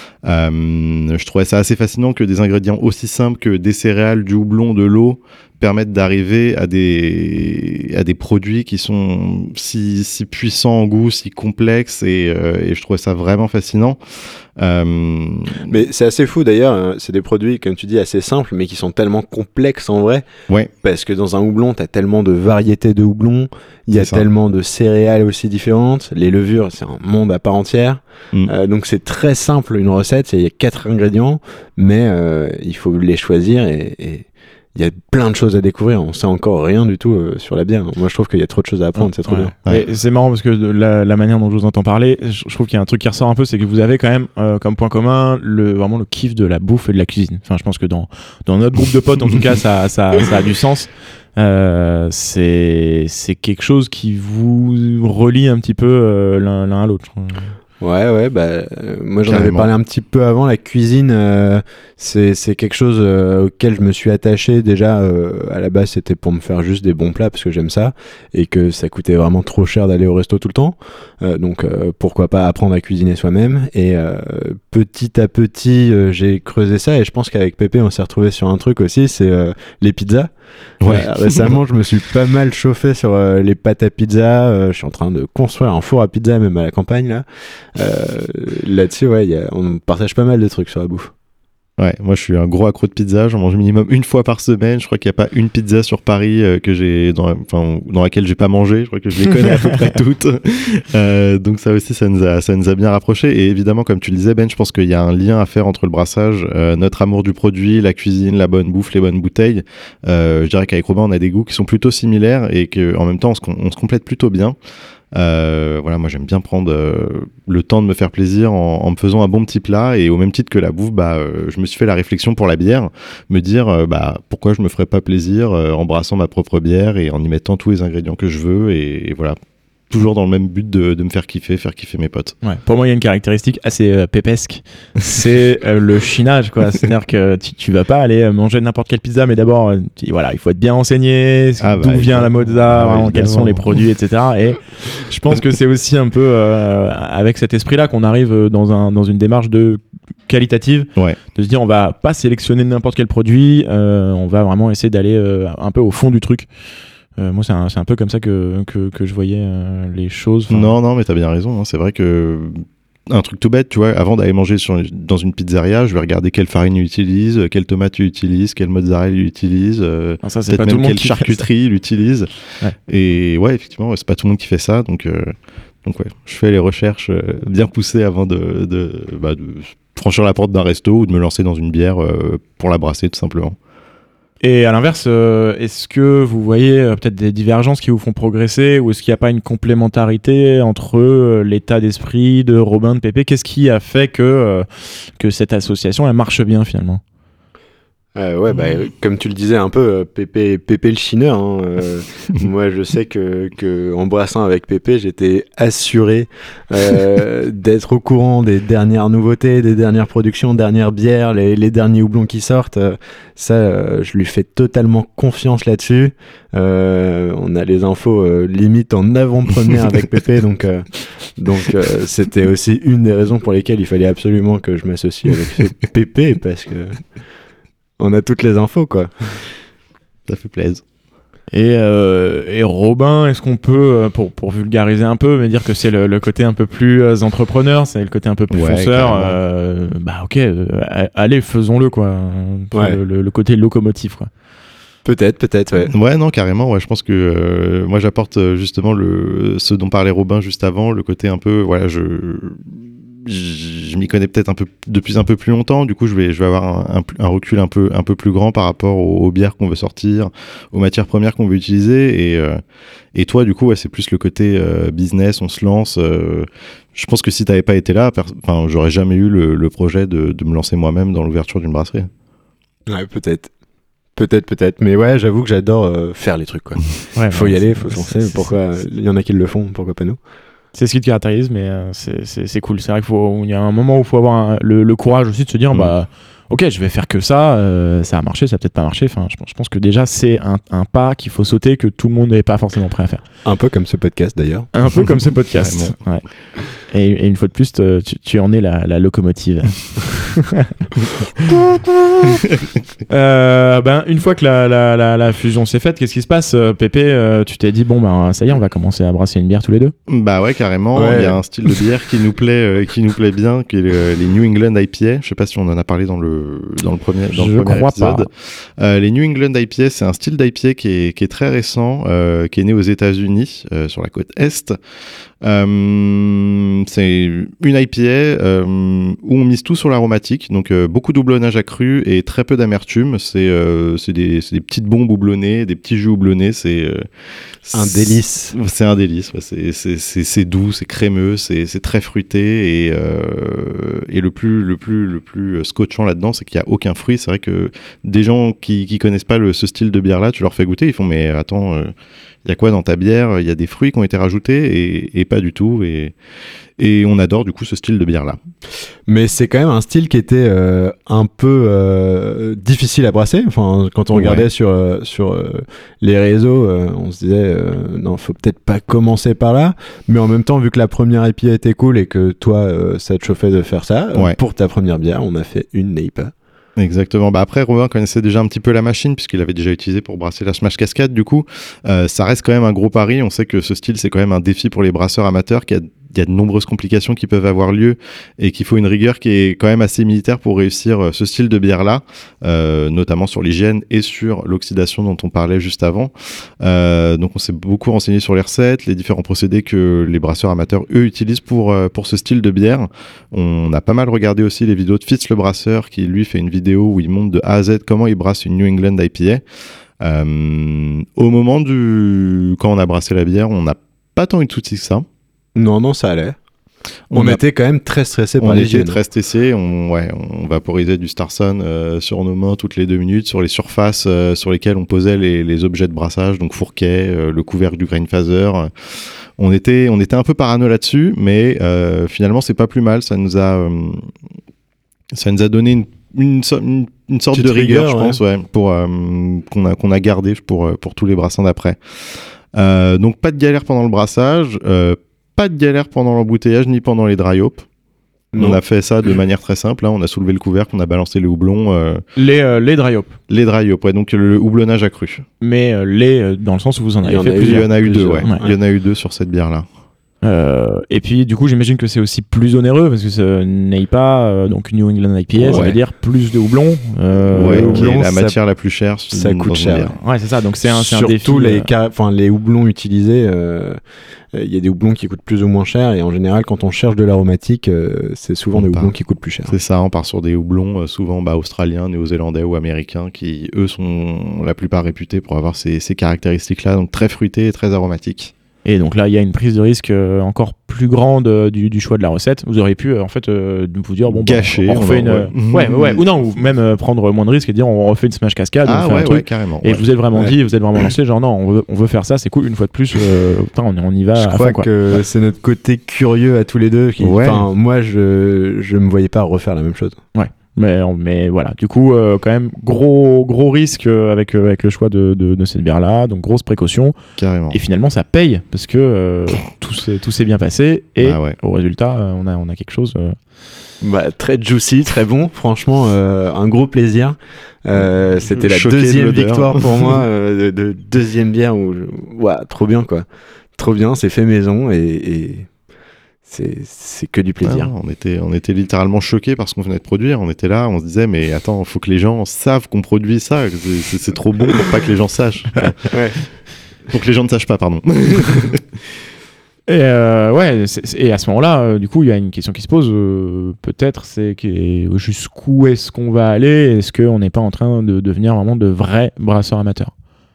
Euh, je trouvais ça assez fascinant que des ingrédients aussi simples que des céréales, du houblon, de l'eau permettent d'arriver à des, à des produits qui sont si, si puissants en goût, si complexes, et, euh, et je trouvais ça vraiment fascinant. Euh, Mais c'est assez fou d'ailleurs, hein, c'est des produits, comme tu dis, assez simples, mais qui sont tellement complexes en vrai, ouais, parce que dans un houblon, t'as tellement de variétés de houblons, il y a C'est ça. tellement de céréales aussi différentes, les levures, c'est un monde à part entière. Mm. Euh, donc c'est très simple une recette, il y a quatre ingrédients, mais euh, il faut les choisir et et il y a plein de choses à découvrir. On sait encore rien du tout euh, sur la bière. Moi je trouve qu'il y a trop de choses à apprendre, c'est trop Ouais. bien. Ouais. Et c'est marrant parce que de la, la manière dont je vous entends parler, je, je trouve qu'il y a un truc qui ressort un peu, c'est que vous avez quand même euh, comme point commun le, vraiment le kiff de la bouffe et de la cuisine. Enfin, je pense que dans, dans notre groupe de potes, en tout cas, ça, ça, ça a du sens. Euh, c'est, c'est quelque chose qui vous relie un petit peu euh, l'un, l'un à l'autre. Ouais, ouais, bah, euh, moi j'en avais Carrément. parlé un petit peu avant. La cuisine, euh, c'est, c'est quelque chose euh, auquel je me suis attaché. Déjà, euh, à la base, c'était pour me faire juste des bons plats parce que j'aime ça et que ça coûtait vraiment trop cher d'aller au resto tout le temps. Euh, donc, euh, pourquoi pas apprendre à cuisiner soi-même. Et euh, petit à petit, euh, j'ai creusé ça et je pense qu'avec Pépé, on s'est retrouvé sur un truc aussi, c'est euh, les pizzas. Ouais. Euh, récemment, je me suis pas mal chauffé sur euh, les pâtes à pizza. Euh, je suis en train de construire un four à pizza, même à la campagne là. Euh, là-dessus, ouais, y a, on partage pas mal de trucs sur la bouffe. Ouais, moi je suis un gros accro de pizza, j'en mange minimum une fois par semaine. Je crois qu'il n'y a pas une pizza sur Paris euh, que j'ai dans, enfin, dans laquelle j'ai pas mangé. Je crois que je les connais à peu près toutes. Euh, donc ça aussi, ça nous a, ça nous a bien rapprochés. Et évidemment, comme tu le disais, Ben, je pense qu'il y a un lien à faire entre le brassage, euh, notre amour du produit, la cuisine, la bonne bouffe, les bonnes bouteilles. Euh, je dirais qu'avec Robin, on a des goûts qui sont plutôt similaires et qu'en même temps, on se, on se complète plutôt bien. Euh, voilà, moi j'aime bien prendre euh, le temps de me faire plaisir en, en me faisant un bon petit plat, et au même titre que la bouffe, bah, euh, je me suis fait la réflexion pour la bière, me dire euh, bah, pourquoi je me ferais pas plaisir euh, en brassant ma propre bière et en y mettant tous les ingrédients que je veux, et, et voilà, toujours dans le même but de, de me faire kiffer, faire kiffer mes potes. Ouais. Pour moi, il y a une caractéristique assez euh, pépesque, c'est euh, le chinage, quoi. C'est-à-dire que tu, tu vas pas aller manger n'importe quelle pizza, mais d'abord, euh, tu- voilà, il faut être bien renseigné, Ah d'où bah, vient la mozza, ah, vraiment, quels sont évidemment. les produits, et cetera. Et je pense que c'est aussi un peu euh, avec cet esprit-là qu'on arrive euh, dans, un, dans une démarche de qualitative, Ouais. de se dire on va pas sélectionner n'importe quel produit, euh, on va vraiment essayer d'aller euh, un peu au fond du truc. Euh, moi, c'est un, c'est un peu comme ça que, que, que je voyais euh, les choses. Enfin, Non, non, mais t'as bien raison, hein. C'est vrai que un truc tout bête, tu vois, avant d'aller manger sur, dans une pizzeria, je vais regarder quelle farine il utilise, euh, quelle tomate il utilise, quelle mozzarella il utilise, euh, ça, c'est peut-être pas même tout le monde quelle qui fait ça. charcuterie il utilise. Ouais. Et ouais, effectivement, ouais, c'est pas tout le monde qui fait ça, donc, euh, donc ouais, je fais les recherches euh, bien poussées avant de, de, bah, de franchir la porte d'un resto ou de me lancer dans une bière euh, pour la brasser, tout simplement. Et à l'inverse, euh, est-ce que vous voyez euh, peut-être des divergences qui vous font progresser, ou est-ce qu'il n'y a pas une complémentarité entre euh, l'état d'esprit de Robin, de Pépé? Qu'est-ce qui a fait que, euh, que cette association elle marche bien finalement? Euh, ouais, bah, comme tu le disais un peu, euh, Pépé, Pépé le chineur. Hein, euh, moi, je sais que, que en brassant avec Pépé, j'étais assuré euh, d'être au courant des dernières nouveautés, des dernières productions, dernières bières, les, les derniers houblons qui sortent. Euh, ça, euh, je lui fais totalement confiance là-dessus. Euh, on a les infos euh, limite en avant-première avec Pépé, donc euh, donc euh, c'était aussi une des raisons pour lesquelles il fallait absolument que je m'associe avec Pépé, parce que on a toutes les infos, quoi. Ça fait plaisir. Et, euh, et Robin, est-ce qu'on peut, euh, pour, pour vulgariser un peu, mais dire que c'est le, le côté un peu plus euh, entrepreneur, c'est le côté un peu plus Ouais, fonceur, carrément. euh, bah ok, euh, allez, faisons-le, quoi. Ouais. Le, le, le côté locomotive, quoi. Peut-être, peut-être, ouais. Ouais, non, carrément. Ouais, je pense que euh, moi, j'apporte euh, justement le, ce dont parlait Robin juste avant, le côté un peu, voilà, je, je, je m'y connais peut-être un peu depuis un peu plus longtemps. Du coup, je vais, je vais avoir un, un, un recul un peu, un peu plus grand par rapport aux, aux bières qu'on veut sortir, aux matières premières qu'on veut utiliser. Et, euh, et toi, du coup, ouais, c'est plus le côté euh, business. On se lance. Euh, je pense que si t'avais pas été là, enfin, j'aurais jamais eu le, le projet de, de me lancer moi-même dans l'ouverture d'une brasserie. Ouais, peut-être. Peut-être, peut-être. Mais ouais, j'avoue que j'adore euh, faire les trucs, quoi. Ouais, Faut ouais, y aller, c'est- faut c'est- foncer. c'est- Pourquoi il y en a qui le font, pourquoi pas nous? C'est ce qui te caractérise, mais euh, c'est, c'est, c'est cool. C'est vrai qu'il faut, il y a un moment où il faut avoir un- le, le courage aussi de se dire, Mm. bah, ok, je vais faire que ça, euh, ça a marché, ça a peut-être pas marché. Enfin, je pense, je pense que déjà, c'est un, un pas qu'il faut sauter, que tout le monde n'est pas forcément prêt à faire. Un peu comme ce podcast, d'ailleurs. Un peu comme ce podcast. Ouais. Et, et une fois de plus, te- tu, tu en es la, la locomotive. Euh, ben, une fois que la, la, la, la fusion s'est faite, qu'est-ce qui se passe, euh, Pépé? euh, Tu t'es dit, bon, ben, ça y est, on va commencer à brasser une bière tous les deux? Bah ouais, carrément. Ouais. Il y a un style de bière qui nous plaît, euh, qui nous plaît bien, qui est le- les New England I P A. Je sais pas si on en a parlé dans le dans le premier dans Je le premier crois épisode. Euh, les New England I P A, c'est un style d'I P A qui est qui est très récent, euh, qui est né aux États-Unis, euh, sur la côte est. Euh, c'est une I P A euh, où on mise tout sur l'aromatique, donc euh, beaucoup d'houblonnage accru et très peu d'amertume. C'est euh, c'est des, c'est des petites bombes houblonnées, des petits jus houblonnés. C'est euh, Un délice. C'est un délice. Ouais. C'est, c'est, c'est, c'est doux, c'est crémeux, c'est, c'est très fruité, et, euh, et le plus le plus le plus scotchant là-dedans, c'est qu'il y a aucun fruit. C'est vrai que des gens qui qui connaissent pas le, ce style de bière là, tu leur fais goûter, ils font mais attends. Euh, il y a quoi dans ta bière? Il y a des fruits qui ont été rajoutés, et, et pas du tout. Et, Et on adore du coup ce style de bière-là. Mais c'est quand même un style qui était euh, un peu euh, difficile à brasser. Enfin, quand on regardait ouais. sur, euh, sur euh, les réseaux, euh, on se disait euh, non, faut peut-être pas commencer par là. Mais en même temps, vu que la première I P A était cool et que toi, euh, ça te chauffait de faire ça, ouais. euh, pour ta première bière, on a fait une Neipa. Exactement. Bah après, Robin connaissait déjà un petit peu la machine puisqu'il avait déjà utilisé pour brasser la Smash Cascade. Du coup, euh, ça reste quand même un gros pari. On sait que ce style, c'est quand même un défi pour les brasseurs amateurs, qu'il y a il y a de nombreuses complications qui peuvent avoir lieu et qu'il faut une rigueur qui est quand même assez militaire pour réussir ce style de bière-là, euh, notamment sur l'hygiène et sur l'oxydation dont on parlait juste avant. Euh, donc on s'est beaucoup renseigné sur les recettes, les différents procédés que les brasseurs amateurs, eux, utilisent pour, euh, pour ce style de bière. On a pas mal regardé aussi les vidéos de Fitz le brasseur qui, lui, fait une vidéo où il montre de A à Z comment il brasse une New England I P A. Euh, au moment du... Quand on a brassé la bière, on n'a pas tant eu de soucis que ça. Non, non, ça allait. On, on a, était quand même très stressé par on l'hygiène. On était très stressé, on, ouais, on vaporisait du Starson euh, sur nos mains toutes les deux minutes, sur les surfaces euh, sur lesquelles on posait les, les objets de brassage, donc fourquet, euh, le couvercle du grain phaser. On était, on était un peu parano là-dessus, mais euh, finalement, c'est pas plus mal. Ça nous a, euh, ça nous a donné une, une, une, une sorte Petite de rigueur, rigueur, je ouais. pense, ouais, pour, euh, qu'on a, qu'on a gardé pour, pour tous les brassins d'après. Euh, donc, pas de galère pendant le brassage, euh, pas de galère pendant l'embouteillage ni pendant les dry hop. Non. On a fait ça de manière très simple. Là, on a soulevé le couvercle, on a balancé les houblons. Euh... Les, euh, les dry hop. Les dry hop, ouais, donc le houblonnage accru. Mais euh, les, euh, dans le sens où vous en avez fait plusieurs. plusieurs. Il y en a eu deux, ouais. ouais. Il y en a eu deux sur cette bière-là. Euh, et puis du coup j'imagine que c'est aussi plus onéreux parce que ce Neipa, euh, donc New England I P A, ouais. ça veut dire plus de houblon. Euh, ouais, houblon, qui est la matière ça, la plus chère. Ça coûte cher. Ouais, c'est ça. Donc c'est un, c'est un défi. Surtout les, euh... enfin les houblons utilisés. Euh... Il y a des houblons qui coûtent plus ou moins cher et en général quand on cherche de l'aromatique euh, c'est souvent on des part. houblons qui coûtent plus cher. C'est ça, on part sur des houblons euh, souvent bah, australiens, néo-zélandais ou américains qui eux sont la plupart réputés pour avoir ces, ces caractéristiques là, donc très fruités et très aromatiques. Et donc là, il y a une prise de risque euh, encore plus grande euh, du, du choix de la recette. Vous auriez pu euh, en fait euh, vous dire bon, gâcher, bah, on refait une, ouais. Euh, ouais, ouais, ou non, ou même euh, prendre moins de risques et dire on refait une Smash Cascade, ah, on fait ouais, un truc. Ouais, carrément. Et ouais. vous êtes vraiment ouais. dit, vous êtes vraiment lancé, genre non, on veut, on veut faire ça, c'est cool. Une fois de plus, euh, putain, on, on y va. Je à crois fond, quoi. que ouais. c'est notre côté curieux à tous les deux. Qui, ouais. Moi, je je me voyais pas refaire la même chose. Ouais. Mais, mais voilà, du coup, euh, quand même, gros, gros risque euh, avec, euh, avec le choix de, de, de cette bière-là, donc grosse précaution. Carrément. Et finalement, ça paye, parce que euh, tout, s'est, tout s'est bien passé, et ah ouais. au résultat, euh, on, a, on a quelque chose... Euh... Bah, très juicy, très bon, franchement, euh, un gros plaisir. Euh, c'était la Choqué deuxième de victoire pour moi, euh, de, de deuxième bière, où je... ouais, trop bien, quoi. Trop bien, c'est fait maison, et... et... C'est, c'est que du plaisir. Ah, on, était, on était littéralement choqués par ce qu'on venait de produire. On était là, on se disait, mais attends, il faut que les gens savent qu'on produit ça. C'est, c'est, c'est trop bon pour pas que les gens sachent. ouais. Pour que les gens ne sachent pas, pardon. Et, euh, ouais, c'est, c'est, et à ce moment-là, euh, du coup, il y a une question qui se pose. Euh, peut-être, c'est que, jusqu'où est-ce qu'on va aller ? Est-ce qu'on n'est pas en train de devenir vraiment de vrais brasseurs amateurs ?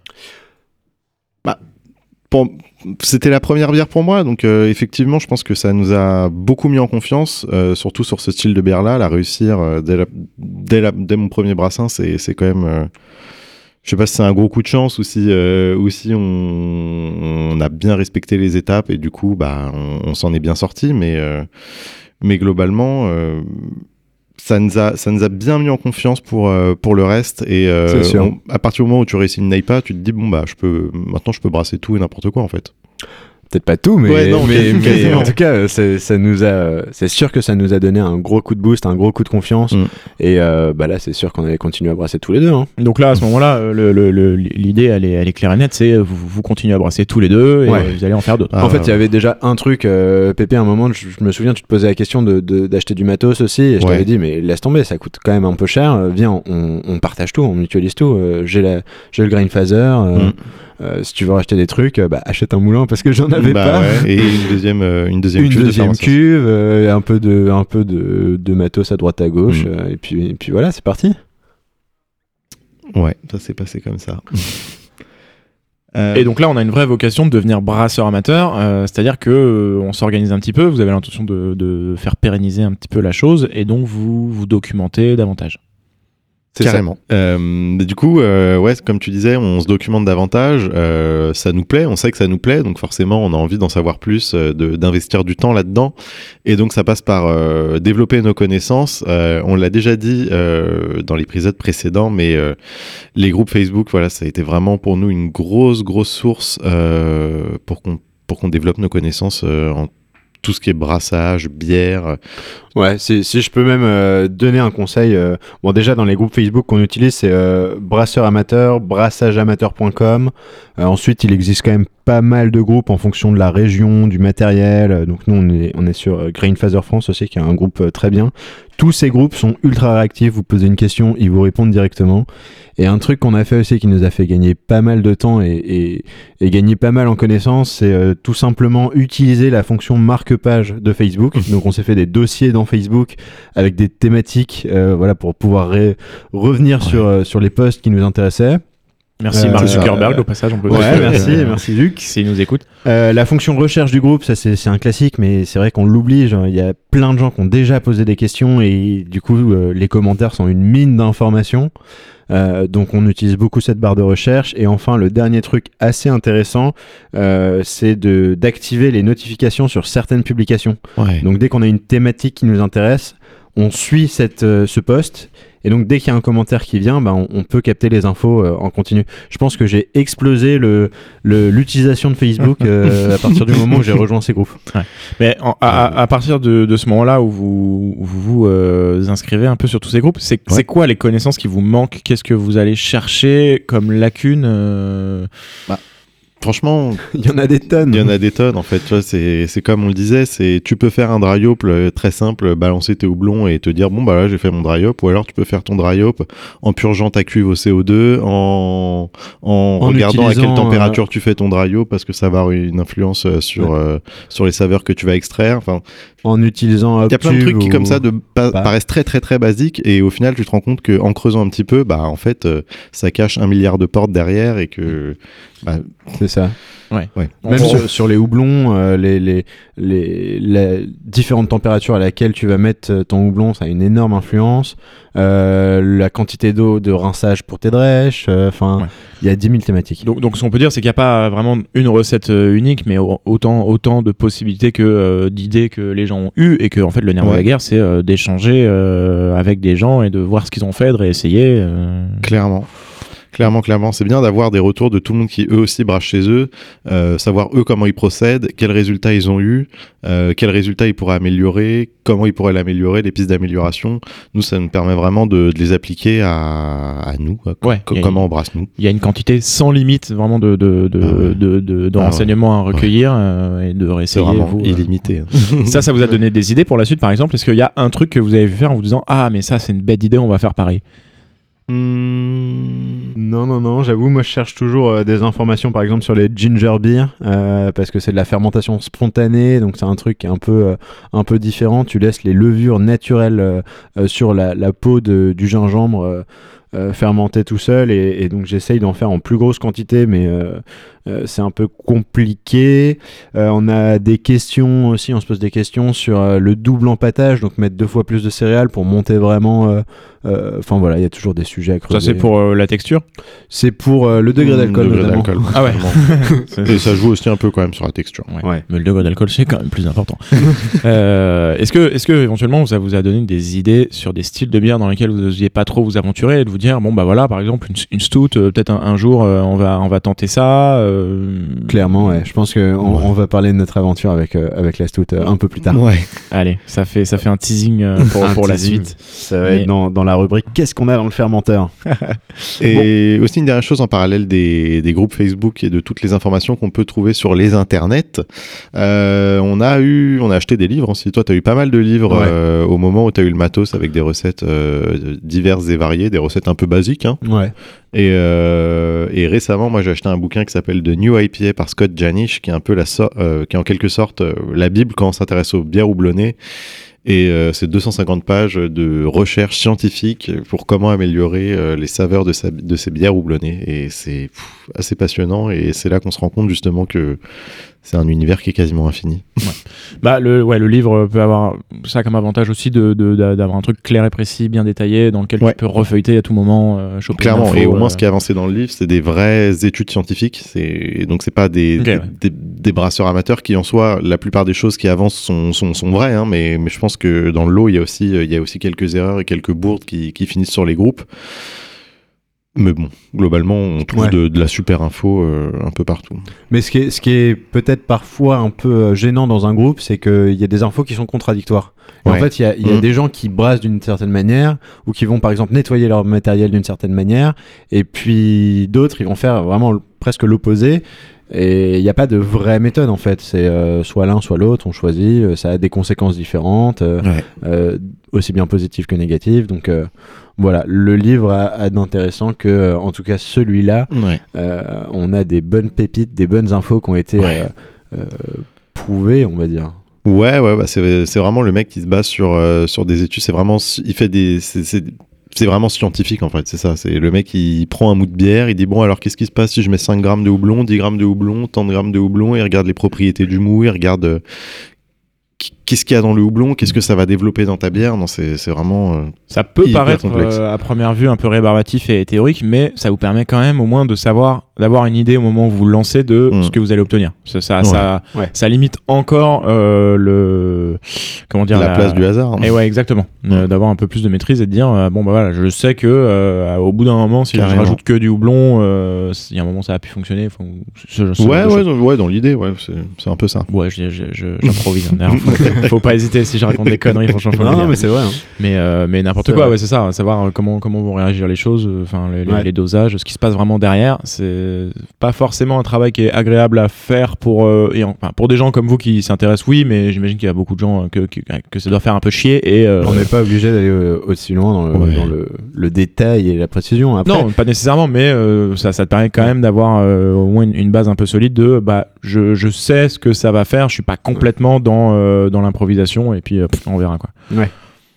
Bah, pour... C'était la première bière pour moi, donc euh, effectivement, je pense que ça nous a beaucoup mis en confiance, euh, surtout sur ce style de bière-là. La réussir euh, dès, la, dès, la, dès mon premier brassin, c'est, c'est quand même... Euh, je sais pas si c'est un gros coup de chance ou si, euh, ou si on, on a bien respecté les étapes et du coup, bah, on, on s'en est bien sorti, mais, euh, mais globalement... Euh, Ça nous, a, ça nous a bien mis en confiance pour, euh, pour le reste. Et euh, on, à partir du moment où tu réussis une Neipa, tu te dis, bon, bah, je peux, maintenant, je peux brasser tout et n'importe quoi, en fait. Peut-être pas tout, mais, ouais, non, mais, mais en tout cas, c'est, ça nous a, c'est sûr que ça nous a donné un gros coup de boost, un gros coup de confiance. Mm. Et euh, bah là, c'est sûr qu'on allait continuer à brasser tous les deux. Hein. Donc là, à ce moment-là, le, le, le, l'idée, elle est, elle est claire et nette, c'est vous, vous continuez à brasser tous les deux et ouais. vous allez en faire d'autres. Ah, en fait, il y avait déjà un truc, euh, Pépé, à un moment, je, je me souviens, tu te posais la question de, de, d'acheter du matos aussi. Et je ouais. t'avais dit, mais laisse tomber, ça coûte quand même un peu cher. Viens, on, on partage tout, on mutualise tout. Euh, j'ai, la, j'ai le grain phaser. Euh, mm. Euh, si tu veux racheter des trucs, euh, bah, achète un moulin parce que j'en avais bah pas. Ouais. Et une deuxième, euh, une deuxième une cuve, deuxième de cuve euh, un peu de, un peu de, de matos à droite à gauche, mmh. euh, et puis, et puis voilà, c'est parti. Ouais, ça s'est passé comme ça. euh... Et donc là, on a une vraie vocation de devenir brasseur amateur, euh, c'est-à-dire que euh, on s'organise un petit peu. Vous avez l'intention de, de faire pérenniser un petit peu la chose, et donc vous vous documentez davantage. C'est Carrément. Euh, mais du coup, euh, ouais, comme tu disais, on se documente davantage. Euh, ça nous plaît, on sait que ça nous plaît, donc forcément, on a envie d'en savoir plus, euh, de, d'investir du temps là-dedans. Et donc, ça passe par euh, développer nos connaissances. Euh, on l'a déjà dit euh, dans l'épisode précédent, mais euh, les groupes Facebook, voilà, ça a été vraiment pour nous une grosse, grosse source euh, pour qu'on pour qu'on développe nos connaissances euh, en tout ce qui est brassage, bière. Ouais, si, si je peux même euh, donner un conseil, euh, bon déjà dans les groupes Facebook qu'on utilise, c'est euh, brasseur amateur, brassage amateur point com. Euh, ensuite, il existe quand même pas mal de groupes en fonction de la région, du matériel. Euh, donc nous, on est, on est sur euh, Grainfather France aussi, qui est un groupe euh, très bien. Tous ces groupes sont ultra réactifs. Vous posez une question, ils vous répondent directement. Et un truc qu'on a fait aussi qui nous a fait gagner pas mal de temps et, et, et gagner pas mal en connaissances, c'est euh, tout simplement utiliser la fonction marque-page de Facebook. Donc on s'est fait des dossiers dans Facebook avec des thématiques, euh, voilà, pour pouvoir ré- revenir ouais. sur, euh, sur les posts qui nous intéressaient. Merci euh, Mark Zuckerberg euh, au passage, on peut ouais, dire. merci, merci Luc. S'il nous écoute. Euh, la fonction recherche du groupe, ça c'est, c'est un classique, mais c'est vrai qu'on l'oublie. Il y a plein de gens qui ont déjà posé des questions et du coup euh, les commentaires sont une mine d'informations. Euh, donc on utilise beaucoup cette barre de recherche. Et enfin le dernier truc assez intéressant, euh, c'est de d'activer les notifications sur certaines publications. Ouais. Donc dès qu'on a une thématique qui nous intéresse, on suit cette, euh, ce post. Et donc dès qu'il y a un commentaire qui vient, bah, on, on peut capter les infos euh, en continu. Je pense que j'ai explosé le, le, l'utilisation de Facebook euh, à partir du moment où j'ai rejoint ces groupes. Ouais. Mais en, à, à partir de, de ce moment-là où vous où vous, vous euh, inscrivez un peu sur tous ces groupes, c'est, ouais. c'est quoi les connaissances qui vous manquent ? Qu'est-ce que vous allez chercher comme lacune euh... bah. Franchement, il y en a des tonnes. Il y en a des tonnes en fait. Tu vois, c'est c'est comme on le disait, c'est tu peux faire un dry hop très simple, balancer tes houblons et te dire bon bah là j'ai fait mon dry hop, ou alors tu peux faire ton dry hop en purgeant ta cuve au C O deux, en en, en regardant à quelle température euh... tu fais ton dry hop parce que ça va avoir une influence sur ouais. euh, sur les saveurs que tu vas extraire. Enfin, en utilisant il y a plein de trucs ou... qui comme ça de pa- paraissent très très très basiques et au final tu te rends compte que en creusant un petit peu, bah en fait euh, ça cache un milliard de portes derrière et que bah, c'est ça. Ouais. Ouais. Même on... sur, sur les houblons, euh, les, les, les, les différentes températures à laquelle tu vas mettre ton houblon, ça a une énorme influence. Euh, la quantité d'eau de rinçage pour tes drèches, enfin, euh, ouais. il y a dix mille thématiques. Donc, donc ce qu'on peut dire, c'est qu'il n'y a pas vraiment une recette euh, unique, mais autant, autant de possibilités que euh, d'idées que les gens ont eues, et que en fait, le nerf ouais. de la guerre, c'est euh, d'échanger euh, avec des gens et de voir ce qu'ils ont fait, de réessayer. Euh... Clairement. Clairement, clairement, c'est bien d'avoir des retours de tout le monde qui eux aussi brassent chez eux, euh, savoir eux comment ils procèdent, quels résultats ils ont eu, euh, quels résultats ils pourraient améliorer, comment ils pourraient l'améliorer, les pistes d'amélioration. Nous, ça nous permet vraiment de, de les appliquer à, à nous, à ouais, co- comment une, on brasse nous. Il y a une quantité sans limite vraiment de, de, de, ah ouais. de, de, de ah renseignements ouais. à recueillir ouais. euh, et de réessayer. C'est vraiment vous, illimité. Euh... ça, ça vous a donné des idées pour la suite, par exemple ? Est-ce qu'il y a un truc que vous avez vu faire en vous disant « Ah, mais ça, c'est une bête idée, on va faire pareil ». Mmh, non, non, non, j'avoue, moi je cherche toujours euh, des informations par exemple sur les ginger beer euh, parce que c'est de la fermentation spontanée, donc c'est un truc qui est un peu, euh, un peu différent. Tu laisses les levures naturelles euh, euh, sur la, la peau de, du gingembre euh, euh, fermenter tout seul et, et donc j'essaye d'en faire en plus grosse quantité, mais euh, euh, c'est un peu compliqué. Euh, on a des questions aussi, on se pose des questions sur euh, le double empâtage, donc mettre deux fois plus de céréales pour monter vraiment. Euh, Enfin euh, voilà, il y a toujours des sujets à creuser. Ça c'est pour euh, la texture ? C'est pour euh, le degré d'alcool. Le degré notamment. d'alcool. Ah ouais. Et ça joue aussi un peu quand même sur la texture. Ouais. ouais. Mais le degré d'alcool c'est quand même plus important. euh, est-ce que, est-ce que éventuellement ça vous a donné des idées sur des styles de bière dans lesquels vous n'osiez pas trop vous aventurer et de vous dire bon bah voilà par exemple une, une stout, euh, peut-être un, un jour euh, on va on va tenter ça. Euh... Clairement ouais. Je pense que on, ouais. on va parler de notre aventure avec euh, avec la stout euh, un peu plus tard. Ouais. Allez, ça fait ça fait un teasing euh, pour un pour teasing. La suite. Ça va Mais... être dans dans la rubrique qu'est-ce qu'on a dans le fermenteur. Et bon. Aussi une dernière chose en parallèle des, des groupes Facebook et de toutes les informations qu'on peut trouver sur les internets, euh, on a eu, on a acheté des livres aussi. Toi, tu as eu pas mal de livres ouais. euh, au moment où tu as eu le matos avec des recettes euh, diverses et variées, des recettes un peu basiques. Hein. Ouais. Et, euh, et récemment, moi, j'ai acheté un bouquin qui s'appelle The New I P A par Scott Janisch, qui est un peu la, so- euh, qui est en quelque sorte euh, la Bible quand on s'intéresse aux bières houblonnées. Et euh, c'est deux cent cinquante pages de recherche scientifique pour comment améliorer euh, les saveurs de, sa, de ces bières houblonnées. Et c'est pff, assez passionnant. Et c'est là qu'on se rend compte justement que c'est un univers qui est quasiment infini. Ouais. Bah, le, ouais, le livre peut avoir ça comme avantage aussi de, de, de, d'avoir un truc clair et précis, bien détaillé, dans lequel ouais. tu peux refeuilleter à tout moment, euh, choper Clairement, et au moins euh... ce qui est avancé dans le livre, c'est des vraies études scientifiques. C'est... Donc c'est pas des, okay, des, ouais. des, des brasseurs amateurs qui en soi, la plupart des choses qui avancent sont, sont, sont vraies, hein, mais, mais je pense que dans le lot, il y a aussi, il y a aussi quelques erreurs et quelques bourdes qui, qui finissent sur les groupes. Mais bon, globalement, on trouve ouais. de, de la super info euh, un peu partout. Mais ce qui est, ce qui est peut-être parfois un peu gênant dans un groupe, c'est qu'il y a des infos qui sont contradictoires. Et ouais. En fait, il y a, il y a mmh. des gens qui brassent d'une certaine manière, ou qui vont par exemple nettoyer leur matériel d'une certaine manière, et puis d'autres, ils vont faire vraiment presque l'opposé. Et il n'y a pas de vraie méthode en fait, c'est euh, soit l'un soit l'autre, on choisit, euh, ça a des conséquences différentes, euh, ouais. euh, aussi bien positives que négatives, donc euh, voilà, le livre a, a d'intéressant que, euh, en tout cas celui-là, ouais. euh, on a des bonnes pépites, des bonnes infos qui ont été ouais. euh, euh, prouvées, on va dire. Ouais, ouais, bah c'est, c'est vraiment le mec qui se base sur, euh, sur des études, c'est vraiment, il fait des... C'est, c'est... C'est vraiment scientifique en fait, c'est ça. C'est le mec, il prend un mou de bière, il dit bon alors qu'est-ce qui se passe si je mets cinq grammes de houblon, dix grammes de houblon, tant de grammes de houblon, il regarde les propriétés du mou, il regarde euh, qu'est-ce qu'il y a dans le houblon, qu'est-ce que ça va développer dans ta bière. Non, c'est, c'est vraiment euh, ça peut paraître euh, à première vue un peu rébarbatif et théorique, mais ça vous permet quand même au moins de savoir, d'avoir une idée au moment où vous le lancez de mmh. ce que vous allez obtenir. Ça, ça, ouais. Ça, ouais. ça limite encore euh, le comment dire la, la place du hasard. Hein. Et ouais, exactement. Mmh. Euh, d'avoir un peu plus de maîtrise et de dire euh, bon bah voilà, je sais que euh, au bout d'un moment, si Carrément. je rajoute que du houblon, euh, il y a un moment ça a pu fonctionner. Faut, ce, ce ouais, ouais, dans, ouais, dans l'idée, ouais, c'est, c'est un peu ça. Ouais, je, je, je, j'improvise. Hein, faut, faut pas hésiter si je raconte des conneries, franchement. Faut non, non, mais c'est vrai. Hein. Mais euh, mais n'importe c'est quoi, vrai. ouais, c'est ça. Savoir comment comment vont réagir les choses, enfin les, ouais. les dosages, ce qui se passe vraiment derrière, c'est pas forcément un travail qui est agréable à faire pour euh, et enfin pour des gens comme vous qui s'intéressent, oui, mais j'imagine qu'il y a beaucoup de gens que que, que ça doit faire un peu chier et euh, on n'est pas obligé d'aller euh, aussi loin dans, le, ouais. dans le, le détail et la précision. Après. Non, pas nécessairement, mais euh, ça ça te permet quand même d'avoir euh, au moins une, une base un peu solide de bah je je sais ce que ça va faire, je suis pas complètement dans euh, dans l'improvisation et puis euh, on verra quoi. Ouais.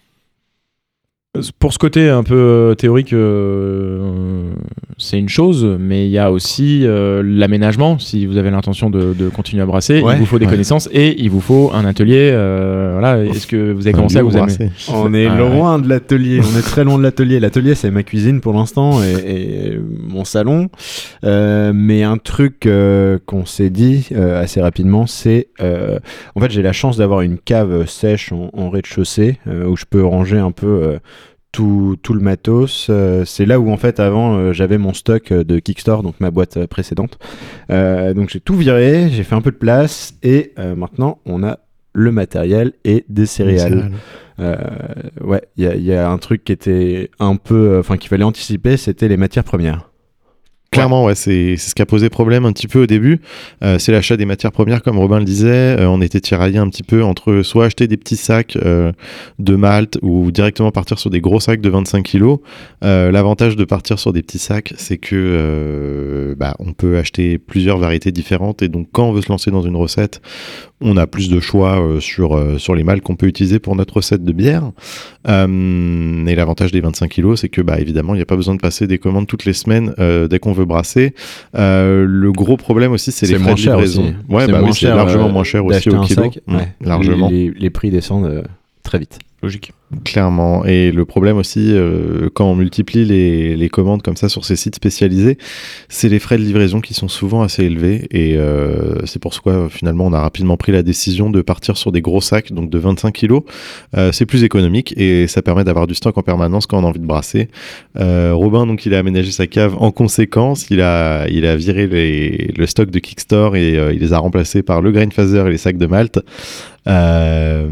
Pour ce côté un peu théorique, euh, c'est une chose, mais il y a aussi euh, l'aménagement. Si vous avez l'intention de, de continuer à brasser, ouais, il vous faut des ouais. connaissances et il vous faut un atelier. Euh, voilà. Est-ce que vous avez commencé à vous amuser ? On est ah, loin ouais. de l'atelier. On est très loin de l'atelier. L'atelier, c'est ma cuisine pour l'instant et, et mon salon. Euh, mais un truc euh, qu'on s'est dit euh, assez rapidement, c'est euh, en fait, j'ai la chance d'avoir une cave sèche en, en rez-de-chaussée euh, où je peux ranger un peu. Euh, Tout, tout le matos, euh, c'est là où en fait avant euh, j'avais mon stock de Kickstore, donc ma boîte euh, précédente. Euh, donc j'ai tout viré, j'ai fait un peu de place et euh, maintenant on a le matériel et des céréales. Euh, ouais, il y, y a un truc qui était un peu, enfin qu'il fallait anticiper, c'était les matières premières. Clairement, ouais, c'est, c'est ce qui a posé problème un petit peu au début. Euh, c'est l'achat des matières premières, comme Robin le disait. Euh, on était tiraillé un petit peu entre soit acheter des petits sacs euh, de malt ou directement partir sur des gros sacs de vingt-cinq kilos. Euh, l'avantage de partir sur des petits sacs, c'est que euh, bah, on peut acheter plusieurs variétés différentes et donc quand on veut se lancer dans une recette, on a plus de choix euh, sur, euh, sur les malts qu'on peut utiliser pour notre recette de bière. Euh, et l'avantage des vingt-cinq kilos, c'est que bah, évidemment, il n'y a pas besoin de passer des commandes toutes les semaines euh, dès qu'on veut brasser. Euh, le gros problème aussi, c'est, c'est les frais de livraison. Aussi. Ouais, c'est bah oui, c'est cher, largement euh, moins cher aussi au kilo. Sac, ouais. Mmh, largement. Les, les prix descendent euh, très vite. Logique. Clairement. Et le problème aussi, euh, quand on multiplie les, les commandes comme ça sur ces sites spécialisés, c'est les frais de livraison qui sont souvent assez élevés. Et euh, c'est pour ça que finalement, on a rapidement pris la décision de partir sur des gros sacs, donc de vingt-cinq kilos. Euh, c'est plus économique et ça permet d'avoir du stock en permanence quand on a envie de brasser. Euh, Robin, donc, il a aménagé sa cave en conséquence. Il a, il a viré les, le stock de Kickstore et euh, il les a remplacés par le grain phaser et les sacs de malt. Euh,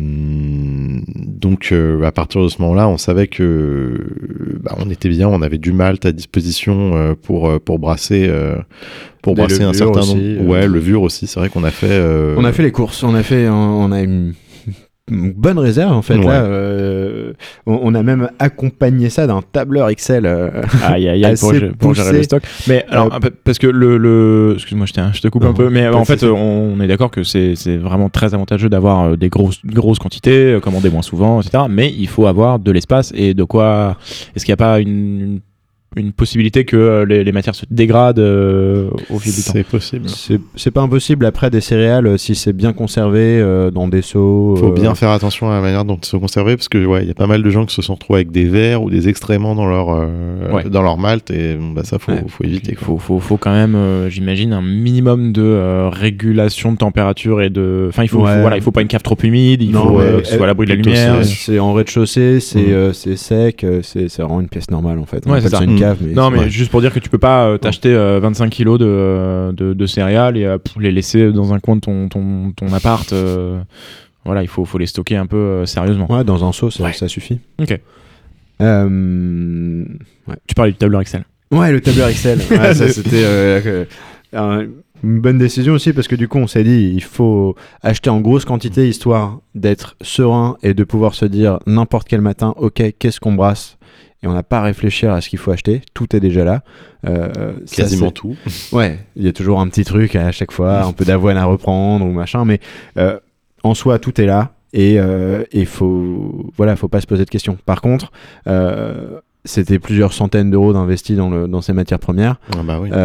donc euh, à partir de ce moment-là, on savait que bah, on était bien, on avait du malt à disposition euh, pour pour brasser euh, pour Des brasser un certain aussi, nombre. Euh... Ouais, levure aussi. C'est vrai qu'on a fait. Euh... On a fait les courses. On a fait. On a une bonne réserve en fait. Ouais. Là, euh, on, on a même accompagné ça d'un tableur Excel. Euh, aïe aïe aïe pour, pour gérer le stock. Mais alors euh, parce que le, le... excuse-moi, je, je te coupe non, un peu, mais en fait, on, on est d'accord que c'est, c'est vraiment très avantageux d'avoir des grosses grosses quantités, commander moins souvent, et cetera. Mais il faut avoir de l'espace et de quoi. Est-ce qu'il n'y a pas une, une une possibilité que euh, les, les matières se dégradent euh, au fil du temps. C'est possible. C'est, c'est pas impossible. Après, des céréales, si c'est bien conservé euh, dans des seaux. Faut euh, bien faire attention à la manière dont ils sont conservés parce que ouais, il y a pas mal de gens qui se sont retrouvés avec des verres ou des excréments dans leur euh, Ouais. dans leur malt et bah ça faut Ouais. faut éviter. Il quoi. faut, faut, faut quand même, euh, j'imagine, un minimum de euh, régulation de température et de. Enfin, il faut, Ouais. faut, voilà, il faut pas une cave trop humide, il Non, faut mais, euh, que ce soit à l'abri de la plutôt lumière. c'est- C'est en rez-de-chaussée, c'est, Mhm. euh, c'est sec, euh, c'est, c'est vraiment une pièce normale en fait. On Ouais, appelle c'est ça ça. une Mhm. cave. Mais Non, c'est- mais ouais. juste pour dire que tu peux pas euh, t'acheter euh, vingt-cinq kilos de, de, de céréales et euh, pff, les laisser dans un coin de ton, ton, ton appart. euh, voilà, il faut, faut les stocker un peu euh, sérieusement. Ouais, dans un seau, ça, Ouais. ça suffit. Ok. Euh, ouais. Tu parlais du tableur Excel. Ouais, le tableur Excel. Ouais, ça, c'était euh, euh, un- une bonne décision aussi parce que du coup, on s'est dit, il faut acheter en grosse quantité histoire d'être serein et de pouvoir se dire n'importe quel matin, ok, qu'est-ce qu'on brasse? Et on n'a pas à réfléchir à ce qu'il faut acheter. Tout est déjà là. Euh, ça, Quasiment c'est- tout. Ouais, il y a toujours un petit truc à chaque fois, un peu d'avoine à reprendre ou machin, mais euh, en soi, tout est là et euh, il faut, voilà, faut pas se poser de questions. Par contre, euh, c'était plusieurs centaines d'euros d'investis dans, le, dans ces matières premières. Ah bah oui.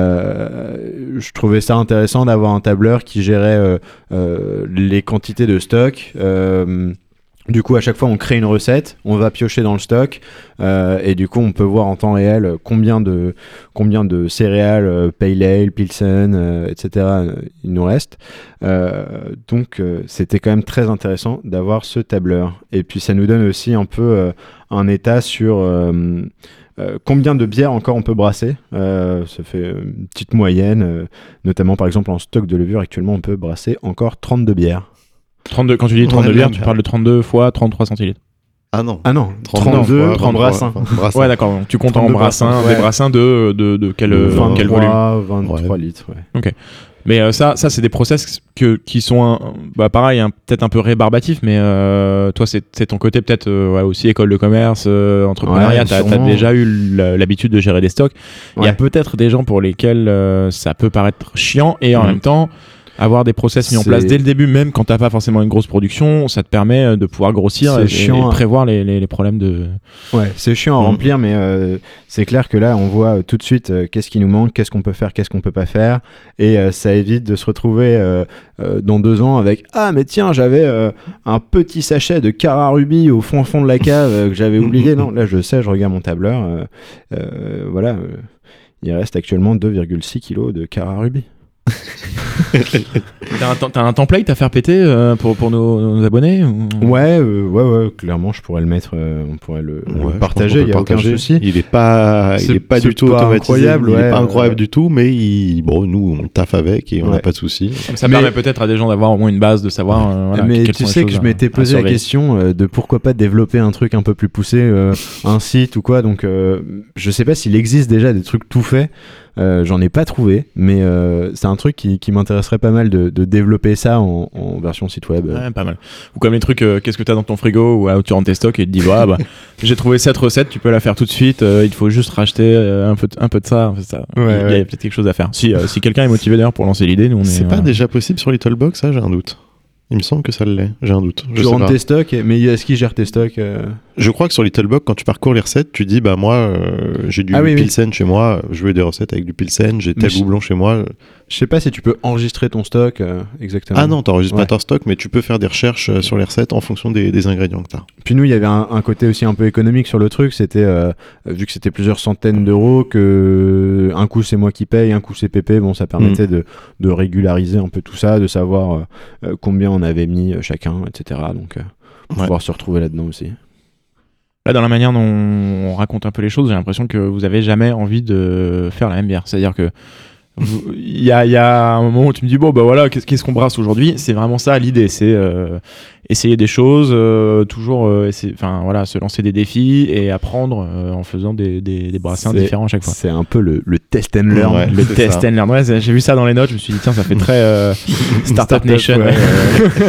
Euh, je trouvais ça intéressant d'avoir un tableur qui gérait euh, euh, les quantités de stock. Euh, du coup, à chaque fois, on crée une recette, on va piocher dans le stock, euh, et du coup, on peut voir en temps réel combien de, combien de céréales, euh, Pale Ale, Pilsen, euh, et cetera, euh, il nous reste. Euh, donc, euh, c'était quand même très intéressant d'avoir ce tableur. Et puis, ça nous donne aussi un peu euh, un état sur euh, euh, combien de bières encore on peut brasser. Euh, ça fait une petite moyenne, euh, notamment par exemple en stock de levure. Actuellement, on peut brasser encore trente-deux bières. trente-deux, quand tu dis Ouais, trente-deux bières, non, tu mais- parles de trente-deux fois trente-trois centilitres. Ah non. Ah non, trente-deux trente-deux, fois trente brassins. vingt-trois, brassins. Ouais, d'accord. Donc tu comptes en trente-deux brassins, brassins, des ouais. brassins de, de, de quel, euh, vingt-trois, quel volume. vingt-trois litres, ouais. Mais euh, ça, ça c'est des process que, qui sont, un, bah, pareil, hein, peut-être un peu rébarbatifs, mais euh, toi, c'est, c'est ton côté peut-être euh, ouais, aussi école de commerce, euh, entrepreneuriat, Ouais, t'as, t'as sûrement. déjà eu la- l'habitude de gérer des stocks. Il y a Ouais. peut-être des gens pour lesquels euh, ça peut paraître chiant et en Mhm. même temps, avoir des process mis en C'est- place dès le début, même quand t'as pas forcément une grosse production, ça te permet euh, de pouvoir grossir C'est et, chiant, et hein. prévoir les, les, les problèmes de... Ouais, c'est chiant à Mhm. remplir, mais euh, c'est clair que là, on voit euh, tout de suite euh, qu'est-ce qui nous manque, qu'est-ce qu'on peut faire, qu'est-ce qu'on peut pas faire, et euh, ça évite de se retrouver euh, euh, dans deux ans avec ah mais tiens j'avais euh, un petit sachet de Cara Ruby au fond fond de la cave euh, que j'avais oublié. Non, là je sais, je regarde mon tableur, euh, euh, voilà, euh, il reste actuellement deux virgule six kilos de Cara Ruby. T'as un, tem- t'as un template à faire péter euh, pour, pour nos, nos abonnés ou... Ouais, euh, ouais, ouais, clairement, je pourrais le mettre, euh, on pourrait le, le Ouais, je pense partager, qu'on il peut y a aucun partager. souci. Il est pas, il C'est- est pas c'est du tout pas automatisé. incroyable, il ouais, est pas euh, incroyable du tout, mais il, bon, nous, on le taffe avec et on n'a Ouais. pas de souci. Ça Mais- permet peut-être à des gens d'avoir au moins une base, de savoir euh, voilà, mais quelles tu sont les sais que choses je à- m'étais à posé la surveiller. question euh, de pourquoi pas développer un truc un peu plus poussé, euh, un site ou quoi. Donc, euh, je sais pas s'il existe déjà des trucs tout faits. Euh, j'en ai pas trouvé, mais euh, c'est un truc qui, qui m'intéresserait pas mal de, de développer ça en, en version site web. Ouais, pas mal. Ou comme les trucs, euh, qu'est-ce que t'as dans ton frigo ou alors tu rentres tes stocks et tu te dis, bah, bah, j'ai trouvé cette recette, tu peux la faire tout de suite, euh, il faut juste racheter euh, un, peu de, un peu de ça. un peu de ça. Ouais, il y a, ouais. peut-être quelque chose à faire. Si, euh, si quelqu'un est motivé d'ailleurs pour lancer l'idée, nous on est. C'est pas voilà. déjà possible sur Littlebox, ça, j'ai un doute. Il me semble que ça l'est, j'ai un doute. Je Tu sais rentres pas. tes stocks, mais est-ce qu'il gère tes stocks euh Je crois que sur Littlebox, quand tu parcours les recettes, tu dis bah moi euh, j'ai du Ah oui, oui. Pilsen chez moi, je veux des recettes avec du Pilsen, j'ai tel Mais je- houblon chez moi. Je sais pas si tu peux enregistrer ton stock euh, exactement. Ah non, t'enregistres Ouais. pas ton stock, mais tu peux faire des recherches euh, sur les recettes en fonction des, des ingrédients que t'as. Puis nous, il y avait un, un côté aussi un peu économique sur le truc. C'était euh, vu que c'était plusieurs centaines d'euros, que un coup c'est moi qui paye, un coup c'est Pépé. Bon, ça permettait de, de régulariser un peu tout ça, de savoir euh, euh, combien on avait mis euh, chacun, et cetera. Donc, euh, pour Ouais. pouvoir se retrouver là-dedans aussi. Là, dans la manière dont on raconte un peu les choses, j'ai l'impression que vous avez jamais envie de faire la même bière. C'est-à-dire que vous- il y a, il y a un moment où tu me dis bon bah voilà qu'est-ce, qu'est-ce qu'on brasse aujourd'hui. C'est vraiment ça l'idée, c'est euh, essayer des choses, euh, toujours euh, essayer, enfin voilà, se lancer des défis et apprendre euh, en faisant des, des, des brassins C'est- différents à chaque fois. C'est un peu le, le test and learn. Ouais. Le c'est test ça. and learn. Ouais, c'est- j'ai vu ça dans les notes, je me suis dit tiens ça fait très euh, Startup Nation. ouais, ouais. ouais.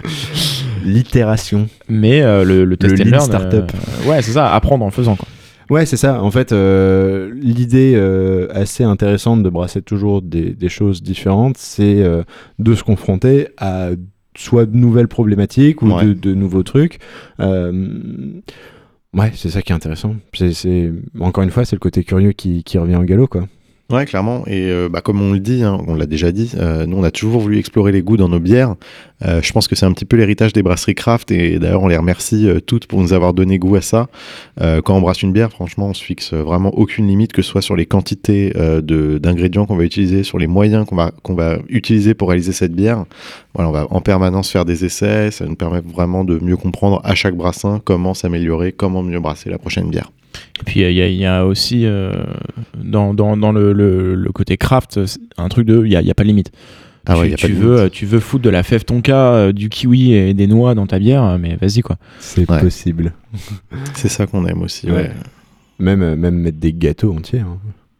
L'itération. Mais euh, le, le test Le and lean learn, startup. euh, ouais c'est ça, apprendre en le faisant quoi. Ouais, c'est ça. En fait, euh, l'idée euh, assez intéressante de brasser toujours des, des choses différentes, c'est euh, de se confronter à soit de nouvelles problématiques ou Ouais. de, de nouveaux trucs. Euh, Ouais, c'est ça qui est intéressant. C'est, c'est... Encore une fois, c'est le côté curieux qui, qui revient au galop, quoi. Ouais, clairement. Et euh, bah, comme on le dit, hein, on l'a déjà dit, euh, nous on a toujours voulu explorer les goûts dans nos bières. Euh, je pense que c'est un petit peu l'héritage des brasseries craft et d'ailleurs on les remercie euh, toutes pour nous avoir donné goût à ça. Euh, quand on brasse une bière, franchement, on se fixe vraiment aucune limite, que ce soit sur les quantités euh, de, d'ingrédients qu'on va utiliser, sur les moyens qu'on va, qu'on va utiliser pour réaliser cette bière. Voilà, on va en permanence faire des essais. Ça nous permet vraiment de mieux comprendre à chaque brassin comment s'améliorer, comment mieux brasser la prochaine bière. Et puis il y, y a aussi euh, dans, dans, dans le, le, le côté craft un truc de il n'y a, y a pas de limite. Ah tu, ouais, y a tu, pas de veux, limite. tu veux foutre de la fève tonka, euh, du kiwi et des noix dans ta bière, mais vas-y quoi. C'est Ouais. possible. C'est ça qu'on aime aussi. Ouais. Ouais. Même, euh, même mettre des gâteaux entiers. Hein.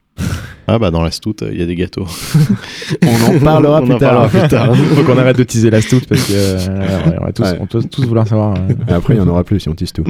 Ah bah dans la stout, il y a des gâteaux. On en parlera On plus en tard. parlera plus tard. Faut qu'on arrête de teaser la stout parce que euh, on va tous, Ouais. on doit tous vouloir savoir. euh. Et après, il y en aura plus si on tisse tout.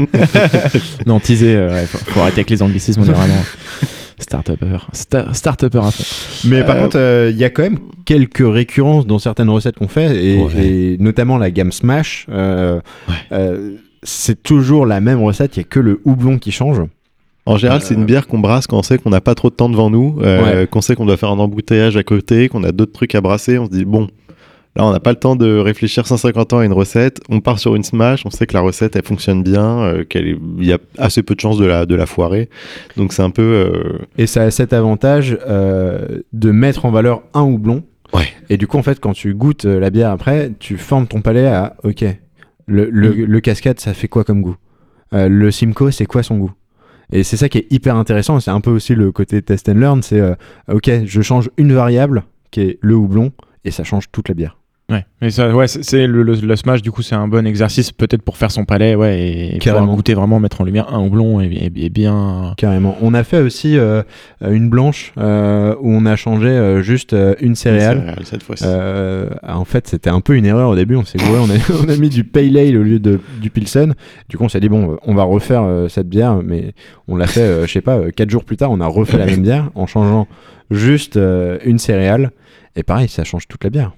Non, teaser, euh, ouais, faut, faut arrêter avec les anglicismes, on est vraiment start-upper, Star- start-upper à fond. Mais par Euh, contre, euh, il y a quand même quelques récurrences dans certaines recettes qu'on fait, et, Ouais. et notamment la gamme Smash. Euh, Ouais. euh, c'est toujours la même recette, il n'y a que le houblon qui change. En général, c'est une bière qu'on brasse quand on sait qu'on n'a pas trop de temps devant nous, euh, Ouais. qu'on sait qu'on doit faire un embouteillage à côté, qu'on a d'autres trucs à brasser. On se dit, bon, là, on n'a pas le temps de réfléchir cent cinquante ans à une recette. On part sur une smash, on sait que la recette, elle fonctionne bien, euh, qu'il y a assez peu de chances de la, de la foirer. Donc, c'est un peu... euh, Et ça a cet avantage euh, de mettre en valeur un houblon. Ouais. Et du coup, en fait, quand tu goûtes euh, la bière après, tu formes ton palais à, ok, le, le, Mm. le cascade, ça fait quoi comme goût Euh, Le Simcoe, c'est quoi son goût? Et c'est ça qui est hyper intéressant, c'est un peu aussi le côté test and learn, c'est euh, ok, je change une variable qui est le houblon et ça change toute la bière. Ouais, mais ça, ouais, c'est, c'est le, le, le smash, du coup, c'est un bon exercice peut-être pour faire son palais, ouais, et, et Carrément. pouvoir goûter vraiment, mettre en lumière un houblon et, et, et bien. Carrément. On a fait aussi euh, une blanche euh, où on a changé euh, juste euh, une céréale. céréales, cette fois-ci. Euh, en fait, c'était un peu une erreur au début. On s'est gouré, on a, on a mis du pale ale au lieu de, du pilsen. Du coup, on s'est dit bon, on va refaire euh, cette bière, mais on l'a fait, euh, je sais pas, euh, quatre jours plus tard, on a refait la même bière en changeant juste euh, une céréale. Et pareil, ça change toute la bière.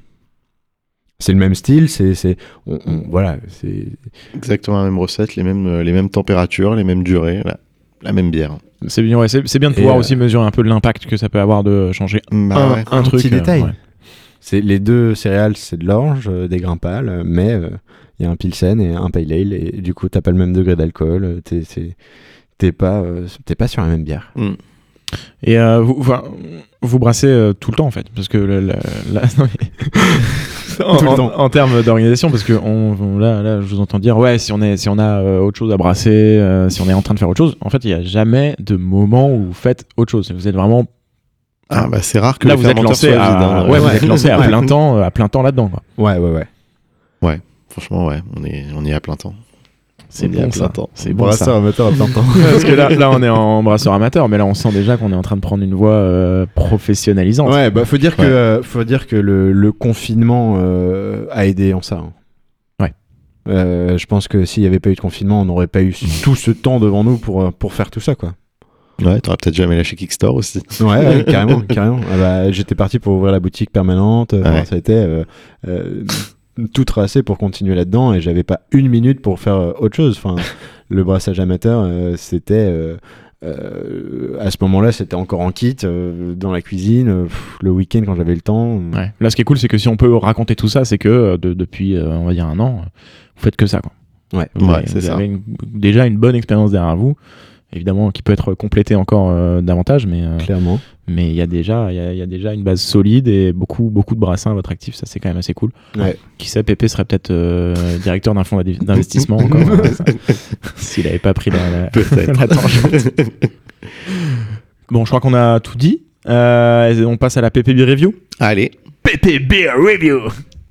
C'est le même style, c'est, c'est, on, on- voilà, c'est, Exactement la même recette, les mêmes, euh, les mêmes températures, les mêmes durées, la, la même bière. C'est bien, ouais, c'est, c'est bien de Et, pouvoir euh, aussi mesurer un peu de l'impact que ça peut avoir de changer Bah un, ouais. un un truc. petit euh, détail. ouais. c'est les deux céréales, c'est de l'orge, euh, des grains pâles, euh, mais il euh, y a un pilsen et un pale ale, et, du coup, t'as pas le même degré d'alcool. euh, T'es, c'est, t'es pas, euh, t'es pas sur la même bière. Mm. Et euh, vous, enfin, vous brassez euh, tout le temps en fait, parce que le, le- la- non, mais- en, Tout le en- temps. en termes d'organisation, parce que on, on- là, là, je vous entends dire ouais, si on est, si on a euh, autre chose à brasser, euh, si on est en train de faire autre chose, en fait, il y a jamais de moment où vous faites autre chose. Vous êtes vraiment Ah bah c'est rare que là, les vous êtes fermenteurs lancé soient à, vides, hein. ouais, vous êtes lancé à Ouais. plein temps, euh, à plein temps là-dedans. Quoi. Ouais, ouais, ouais. Franchement, ouais, on est, on y est à plein temps. C'est On y est à bon plein ça. temps. C'est bon ça. Brasseur amateur à plein temps. Parce que là, là, on est en brasseur amateur, mais là, on sent déjà qu'on est en train de prendre une voie euh, professionnalisante. Ouais, bah faut dire que, Ouais. euh, faut dire que le, le confinement euh, a aidé en ça. hein. Ouais. Euh, je pense que s'il n'y avait pas eu de confinement, on n'aurait pas eu tout ce temps devant nous pour, euh, pour faire tout ça, quoi. Ouais, t'aurais peut-être jamais lâché Kickstore aussi. Ouais, ouais, carrément, carrément. Ah bah, j'étais parti pour ouvrir la boutique permanente. Enfin, Ouais. ça a été euh, euh, tout tracé pour continuer là-dedans, et j'avais pas une minute pour faire euh, autre chose. Enfin, le brassage amateur, euh, c'était euh, euh, à ce moment-là, c'était encore en kit euh, dans la cuisine. euh, pff, le week-end quand j'avais le temps. Ouais. Là, ce qui est cool, c'est que si on peut raconter tout ça, c'est que euh, de- depuis, euh, on va dire un an, euh, vous faites que ça. Quoi. Ouais. Vous, Ouais, avez, c'est vous ça. avez une- déjà une bonne expérience derrière vous, évidemment, qui peut être complétée encore euh, davantage, mais euh, Clairement. mais il y a déjà il y a, il y a déjà une base solide et beaucoup beaucoup de brassins à votre actif. Ça, c'est quand même assez cool. Ouais. Qui sait, Pépé serait peut-être euh, directeur d'un fonds d'adi- d'investissement encore, hein, ça, s'il n'avait pas pris la, la, Peut-être. la tangente. Bon, je crois qu'on a tout dit. Euh, on passe à la P P B Review. Allez. P P B Review.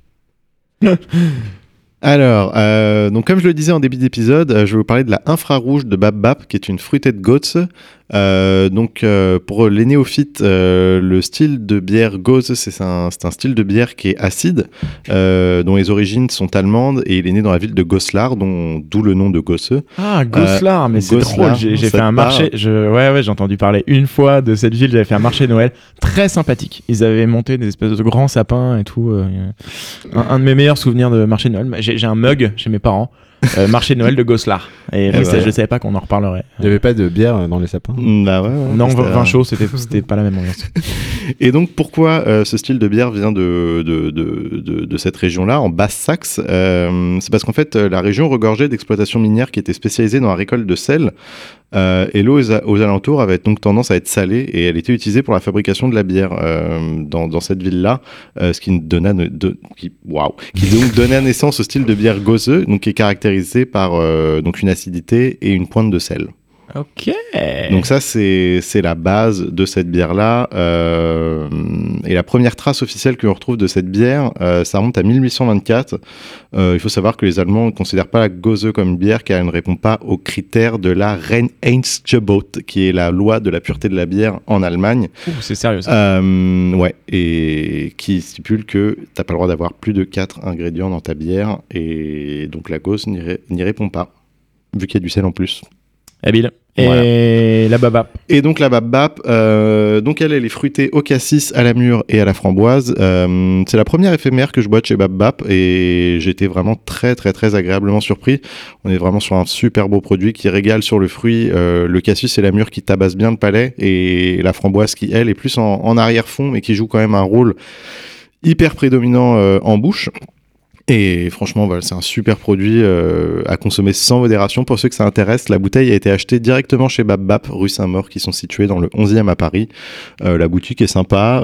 Alors, euh, donc comme je le disais en début d'épisode, euh, je vais vous parler de la infrarouge de Bap Bap, qui est une fruited goats. Euh, donc euh, pour les néophytes, euh, le style de bière Goes, c'est un, c'est un style de bière qui est acide, euh, dont les origines sont allemandes, et il est né dans la ville de Goslar, dont, d'où le nom de Gosse. Ah, Goslar, mais c'est Goslar, drôle. J'ai, j'ai ça fait un te marché. parle Je, ouais, ouais, j'ai entendu parler une fois de cette ville. J'avais fait un marché de Noël très sympathique. Ils avaient monté des espèces de grands sapins et tout. euh, un, un de mes meilleurs souvenirs de marché de Noël. J'ai, j'ai un mug chez mes parents euh, marché de Noël de Goslar. Et je, Et sais, voilà. je savais pas qu'on en reparlerait. Il n'y avait pas de bière dans les sapins. Bah ouais, ouais, Non, c'était, vin euh, chaud, c'était, c'était pas la même ambiance. Et donc pourquoi euh, ce style de bière vient de, de, de, de, de cette région-là, en Basse-Saxe euh, C'est parce qu'en fait, la région regorgeait d'exploitations minières qui étaient spécialisées dans la récolte de sel. Euh, et l'eau aux, aux alentours avait donc tendance à être salée et elle était utilisée pour la fabrication de la bière euh, dans, dans cette ville-là, euh, ce qui donna, de, qui, wow, qui donc donnait naissance au style de bière Gose, donc qui est caractérisé par euh, donc une acidité et une pointe de sel. Ok. Donc ça, c'est, c'est la base de cette bière-là. Euh, et la première trace officielle que l'on retrouve de cette bière, euh, ça remonte à mille huit cent vingt-quatre. Euh, il faut savoir que les Allemands ne considèrent pas la Gose comme une bière car elle ne répond pas aux critères de la Reinheitsgebot, qui est la loi de la pureté de la bière en Allemagne. Ouh, c'est sérieux ça. Euh, ouais, et qui stipule que tu n'as pas le droit d'avoir plus de quatre ingrédients dans ta bière. Et donc la Gose n'y, ré- n'y répond pas, vu qu'il y a du sel en plus. Habile. Et Voilà. la baba. Et donc la Bap-Bap, euh, donc elle, elle est fruitée au cassis, à la mûre et à la framboise. Euh, c'est la première éphémère que je bois de chez Bap-Bap et j'étais vraiment très très très agréablement surpris. On est vraiment sur un super beau produit qui régale sur le fruit. Euh, le cassis et la mûre qui tabassent bien le palais et la framboise qui, elle, est plus en, en arrière-fond mais qui joue quand même un rôle hyper prédominant euh, en bouche. Et franchement, voilà, c'est un super produit euh, à consommer sans modération. Pour ceux que ça intéresse, la bouteille a été achetée directement chez Bap-Bap, rue Saint-Maur, qui sont situés dans le onzième à Paris. Euh, la boutique est sympa.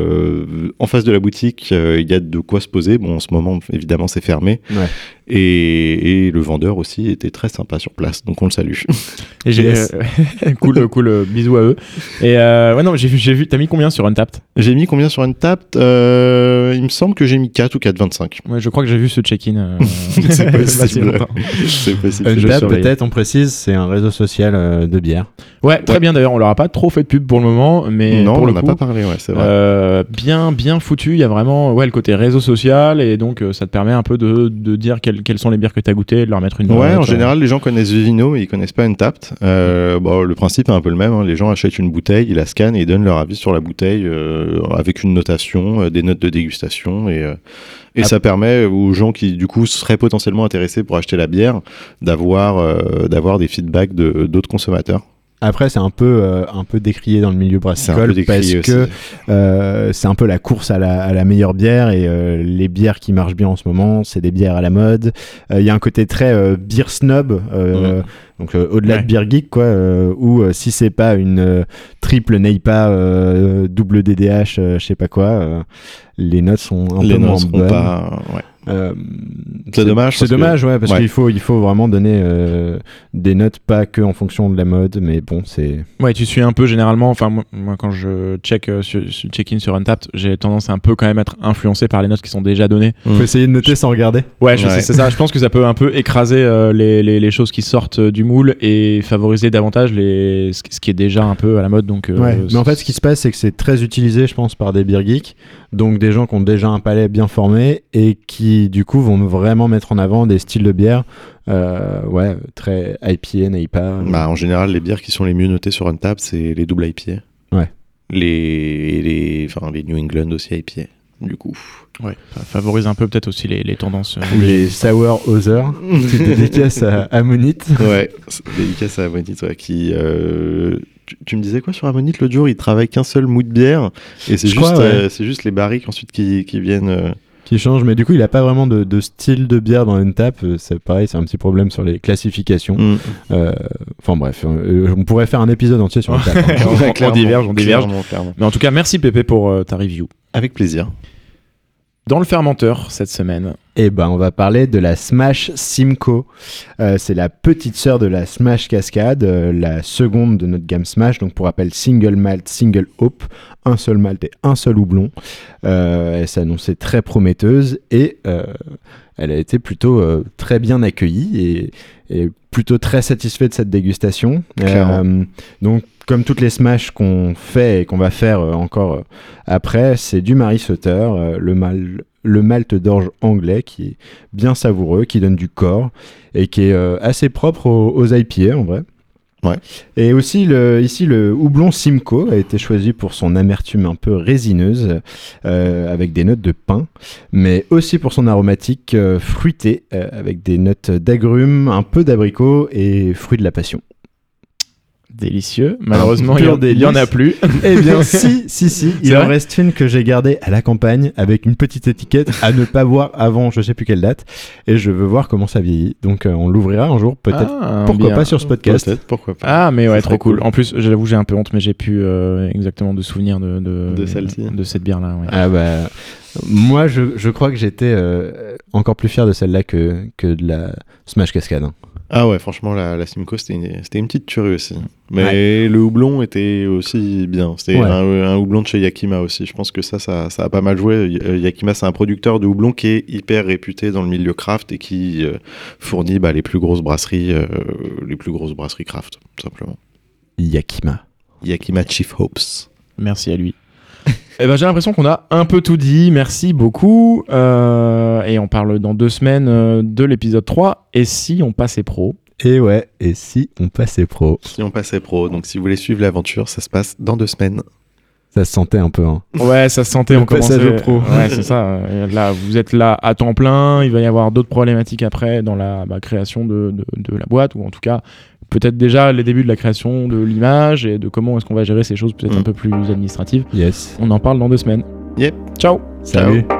Euh, en face de la boutique, euh, il y a de quoi se poser. Bon, en ce moment, évidemment, c'est fermé. Ouais. Et, et le vendeur aussi était très sympa sur place, donc on le salue. Et j'ai, Yes. euh, cool, cool, euh, bisous à eux. Et euh, ouais, non, j'ai vu, j'ai vu, t'as mis combien sur Untapped? J'ai mis combien sur une table euh, Il me semble que j'ai mis quatre ou quatre vingt-cinq. Ouais, je crois que j'ai vu ce check-in. Euh, C'est pas si possible. longtemps. C'est possible. je Untapped, surveille. peut-être, on précise, c'est un réseau social euh, de bière. Ouais, très Ouais. bien d'ailleurs. On leur a pas trop fait de pub pour le moment, mais Non, pour on le n'a coup, pas parlé, ouais, c'est vrai. euh, bien, bien foutu. Il y a vraiment, ouais, le côté réseau social et donc euh, ça te permet un peu de, de dire quelles, quelles sont les bières que t'as goûtées, de leur mettre une. Ouais, note, en euh. général, les gens connaissent Vivino, mais ils connaissent pas Untapped. Euh, bon, le principe est un peu le même. Hein. Les gens achètent une bouteille, ils la scannent et ils donnent leur avis sur la bouteille euh, avec une notation, euh, des notes de dégustation. Et, euh, et Ah. ça permet aux gens qui, du coup, seraient potentiellement intéressés pour acheter la bière d'avoir, euh, d'avoir des feedbacks de, d'autres consommateurs. Après, c'est un peu, euh, un peu décrié dans le milieu C'est un brassicole peu parce décrié que aussi. euh, c'est un peu la course à la, à la meilleure bière et euh, les bières qui marchent bien en ce moment, c'est des bières à la mode. Il euh, y a un côté très euh, beer snob, euh, Mhm. donc euh, au-delà Ouais. de beer geek, quoi, euh, où euh, si c'est pas une euh, triple Neipa, euh, double D D H, euh, je sais pas quoi, euh, les notes sont un Les peu moins notes seront bonnes. pas. Ouais. Euh, C'est dommage, C'est parce que- dommage, ouais, parce Ouais. qu'il faut, il faut vraiment donner euh, des notes pas que en fonction de la mode, mais bon, c'est. Ouais, tu suis un peu généralement. Enfin, moi, moi, quand je check euh, sur, sur check-in sur Untapped, j'ai tendance à un peu quand même être influencé par les notes qui sont déjà données. Mm. Faut essayer de noter sans regarder. Ouais, je Ouais. sais, c'est ça. Je pense que ça peut un peu écraser euh, les, les, les choses qui sortent euh, du moule et favoriser davantage les, ce, qui- ce qui est déjà un peu à la mode. Donc, euh, Ouais, mais en c'est- fait, ce qui se passe, c'est que c'est très utilisé, je pense, par des beer geeks, donc des gens qui ont déjà un palais bien formé et qui, du coup, vont vraiment mettre en avant des styles de bière, euh, ouais, très I P A, Neipa. Bah, en général, les bières qui sont les mieux notées sur Untapped, c'est les double I P A. Ouais. Les, les, enfin, les New England aussi I P A, du coup. ouais, ça favorise un peu peut-être aussi les, les tendances. euh, Ou les Sour Other, petite dédicace à, à Monite. Ouais, c'est dédicace à Amonite, ouais, qui... euh, tu, tu me disais quoi sur Amonite l'autre jour? Il travaille qu'un seul mou de bière, et c'est Je juste, crois, ouais. euh, c'est juste les barriques ensuite qui, qui viennent... euh, Qui change, mais du coup, il a pas vraiment de, de style de bière dans Untapped. Euh, C'est pareil, c'est un petit problème sur les classifications. mm. Euh, Enfin bref, euh, on pourrait faire un épisode entier sur Untapped. hein. on, on Clairement, diverge, on diverge. clairement, clairement. Mais en tout cas, merci Pépé pour euh, ta review. Avec plaisir. Dans le fermenteur cette semaine. Et ben, on va parler de la Smash Simcoe. Euh, c'est la petite sœur de la Smash Cascade, euh, la seconde de notre gamme Smash. Donc, pour rappel, single malt, single hop, un seul malt et un seul houblon. Euh, elle s'annonçait très prometteuse et euh, elle a été plutôt euh, très bien accueillie et, et plutôt très satisfait de cette dégustation. Clairement. Euh, donc, comme toutes les Smash qu'on fait et qu'on va faire euh, encore euh, après, c'est du Mary Sutter, euh, le mal le malt d'orge anglais qui est bien savoureux, qui donne du corps et qui est euh, assez propre aux, aux I P A en vrai. Ouais. Et aussi, le, ici, le houblon Simcoe a été choisi pour son amertume un peu résineuse, euh, avec des notes de pin, mais aussi pour son aromatique euh, fruité, euh, avec des notes d'agrumes, un peu d'abricot et fruits de la passion. Délicieux. Malheureusement, il Pur y en a plus. Eh bien, si, si, si. C'est Il en vrai reste une que j'ai gardée à la campagne avec une petite étiquette à ne pas boire avant je sais plus quelle date. Et je veux voir comment ça vieillit. Donc, euh, on l'ouvrira un jour, peut-être. Ah, Pourquoi bien. pas sur ce podcast. Peut-être, pourquoi pas. Ah, mais ouais, Ça trop serait cool. cool. En plus, j'avoue, j'ai un peu honte, mais j'ai plus euh, exactement de souvenirs de, de, De celle-ci. de cette bière-là. Ouais. Ah bah, moi, je, je crois que j'étais euh, encore plus fier de celle-là que, que de la Smash Cascade. Hein. Ah ouais, franchement, la, la Simcoe, c'était une, c'était une petite tuerie aussi. Mais ouais. Le houblon était aussi bien. C'était ouais. un, un houblon de chez Yakima aussi. Je pense que ça, ça, ça a pas mal joué. Yakima, c'est un producteur de houblon qui est hyper réputé dans le milieu craft et qui euh, fournit bah, les plus grosses brasseries, euh, les plus grosses brasseries craft, tout simplement. Yakima. Yakima Chief Hopes. Merci à lui. Eh ben, j'ai l'impression qu'on a un peu tout dit. Merci beaucoup. Euh, et on parle dans deux semaines euh, de l'épisode trois. Et si on passait pro? Et ouais, et si on passait pro? Si on passait pro. Donc si vous voulez suivre l'aventure, ça se passe dans deux semaines. Ça se sentait un peu. Hein. Ouais, ça se sentait. Le on commençait passage au pro. Ouais, c'est ça. Là, vous êtes là à temps plein. Il va y avoir d'autres problématiques après dans la bah, création de, de, de la boîte, ou en tout cas peut-être déjà les débuts de la création de l'image et de comment est-ce qu'on va gérer ces choses peut-être mmh. un peu plus administratives. Yes. On en parle dans deux semaines. Yep. Ciao. Salut. Ciao.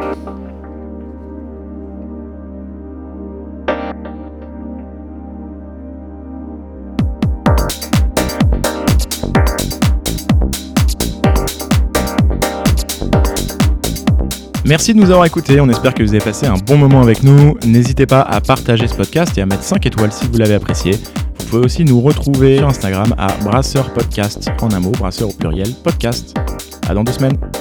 Merci de nous avoir écoutés, on espère que vous avez passé un bon moment avec nous. N'hésitez pas à partager ce podcast et à mettre cinq étoiles si vous l'avez apprécié. Vous pouvez aussi nous retrouver sur Instagram à Brasseur Podcast, en un mot, Brasseur au pluriel, podcast. À dans deux semaines.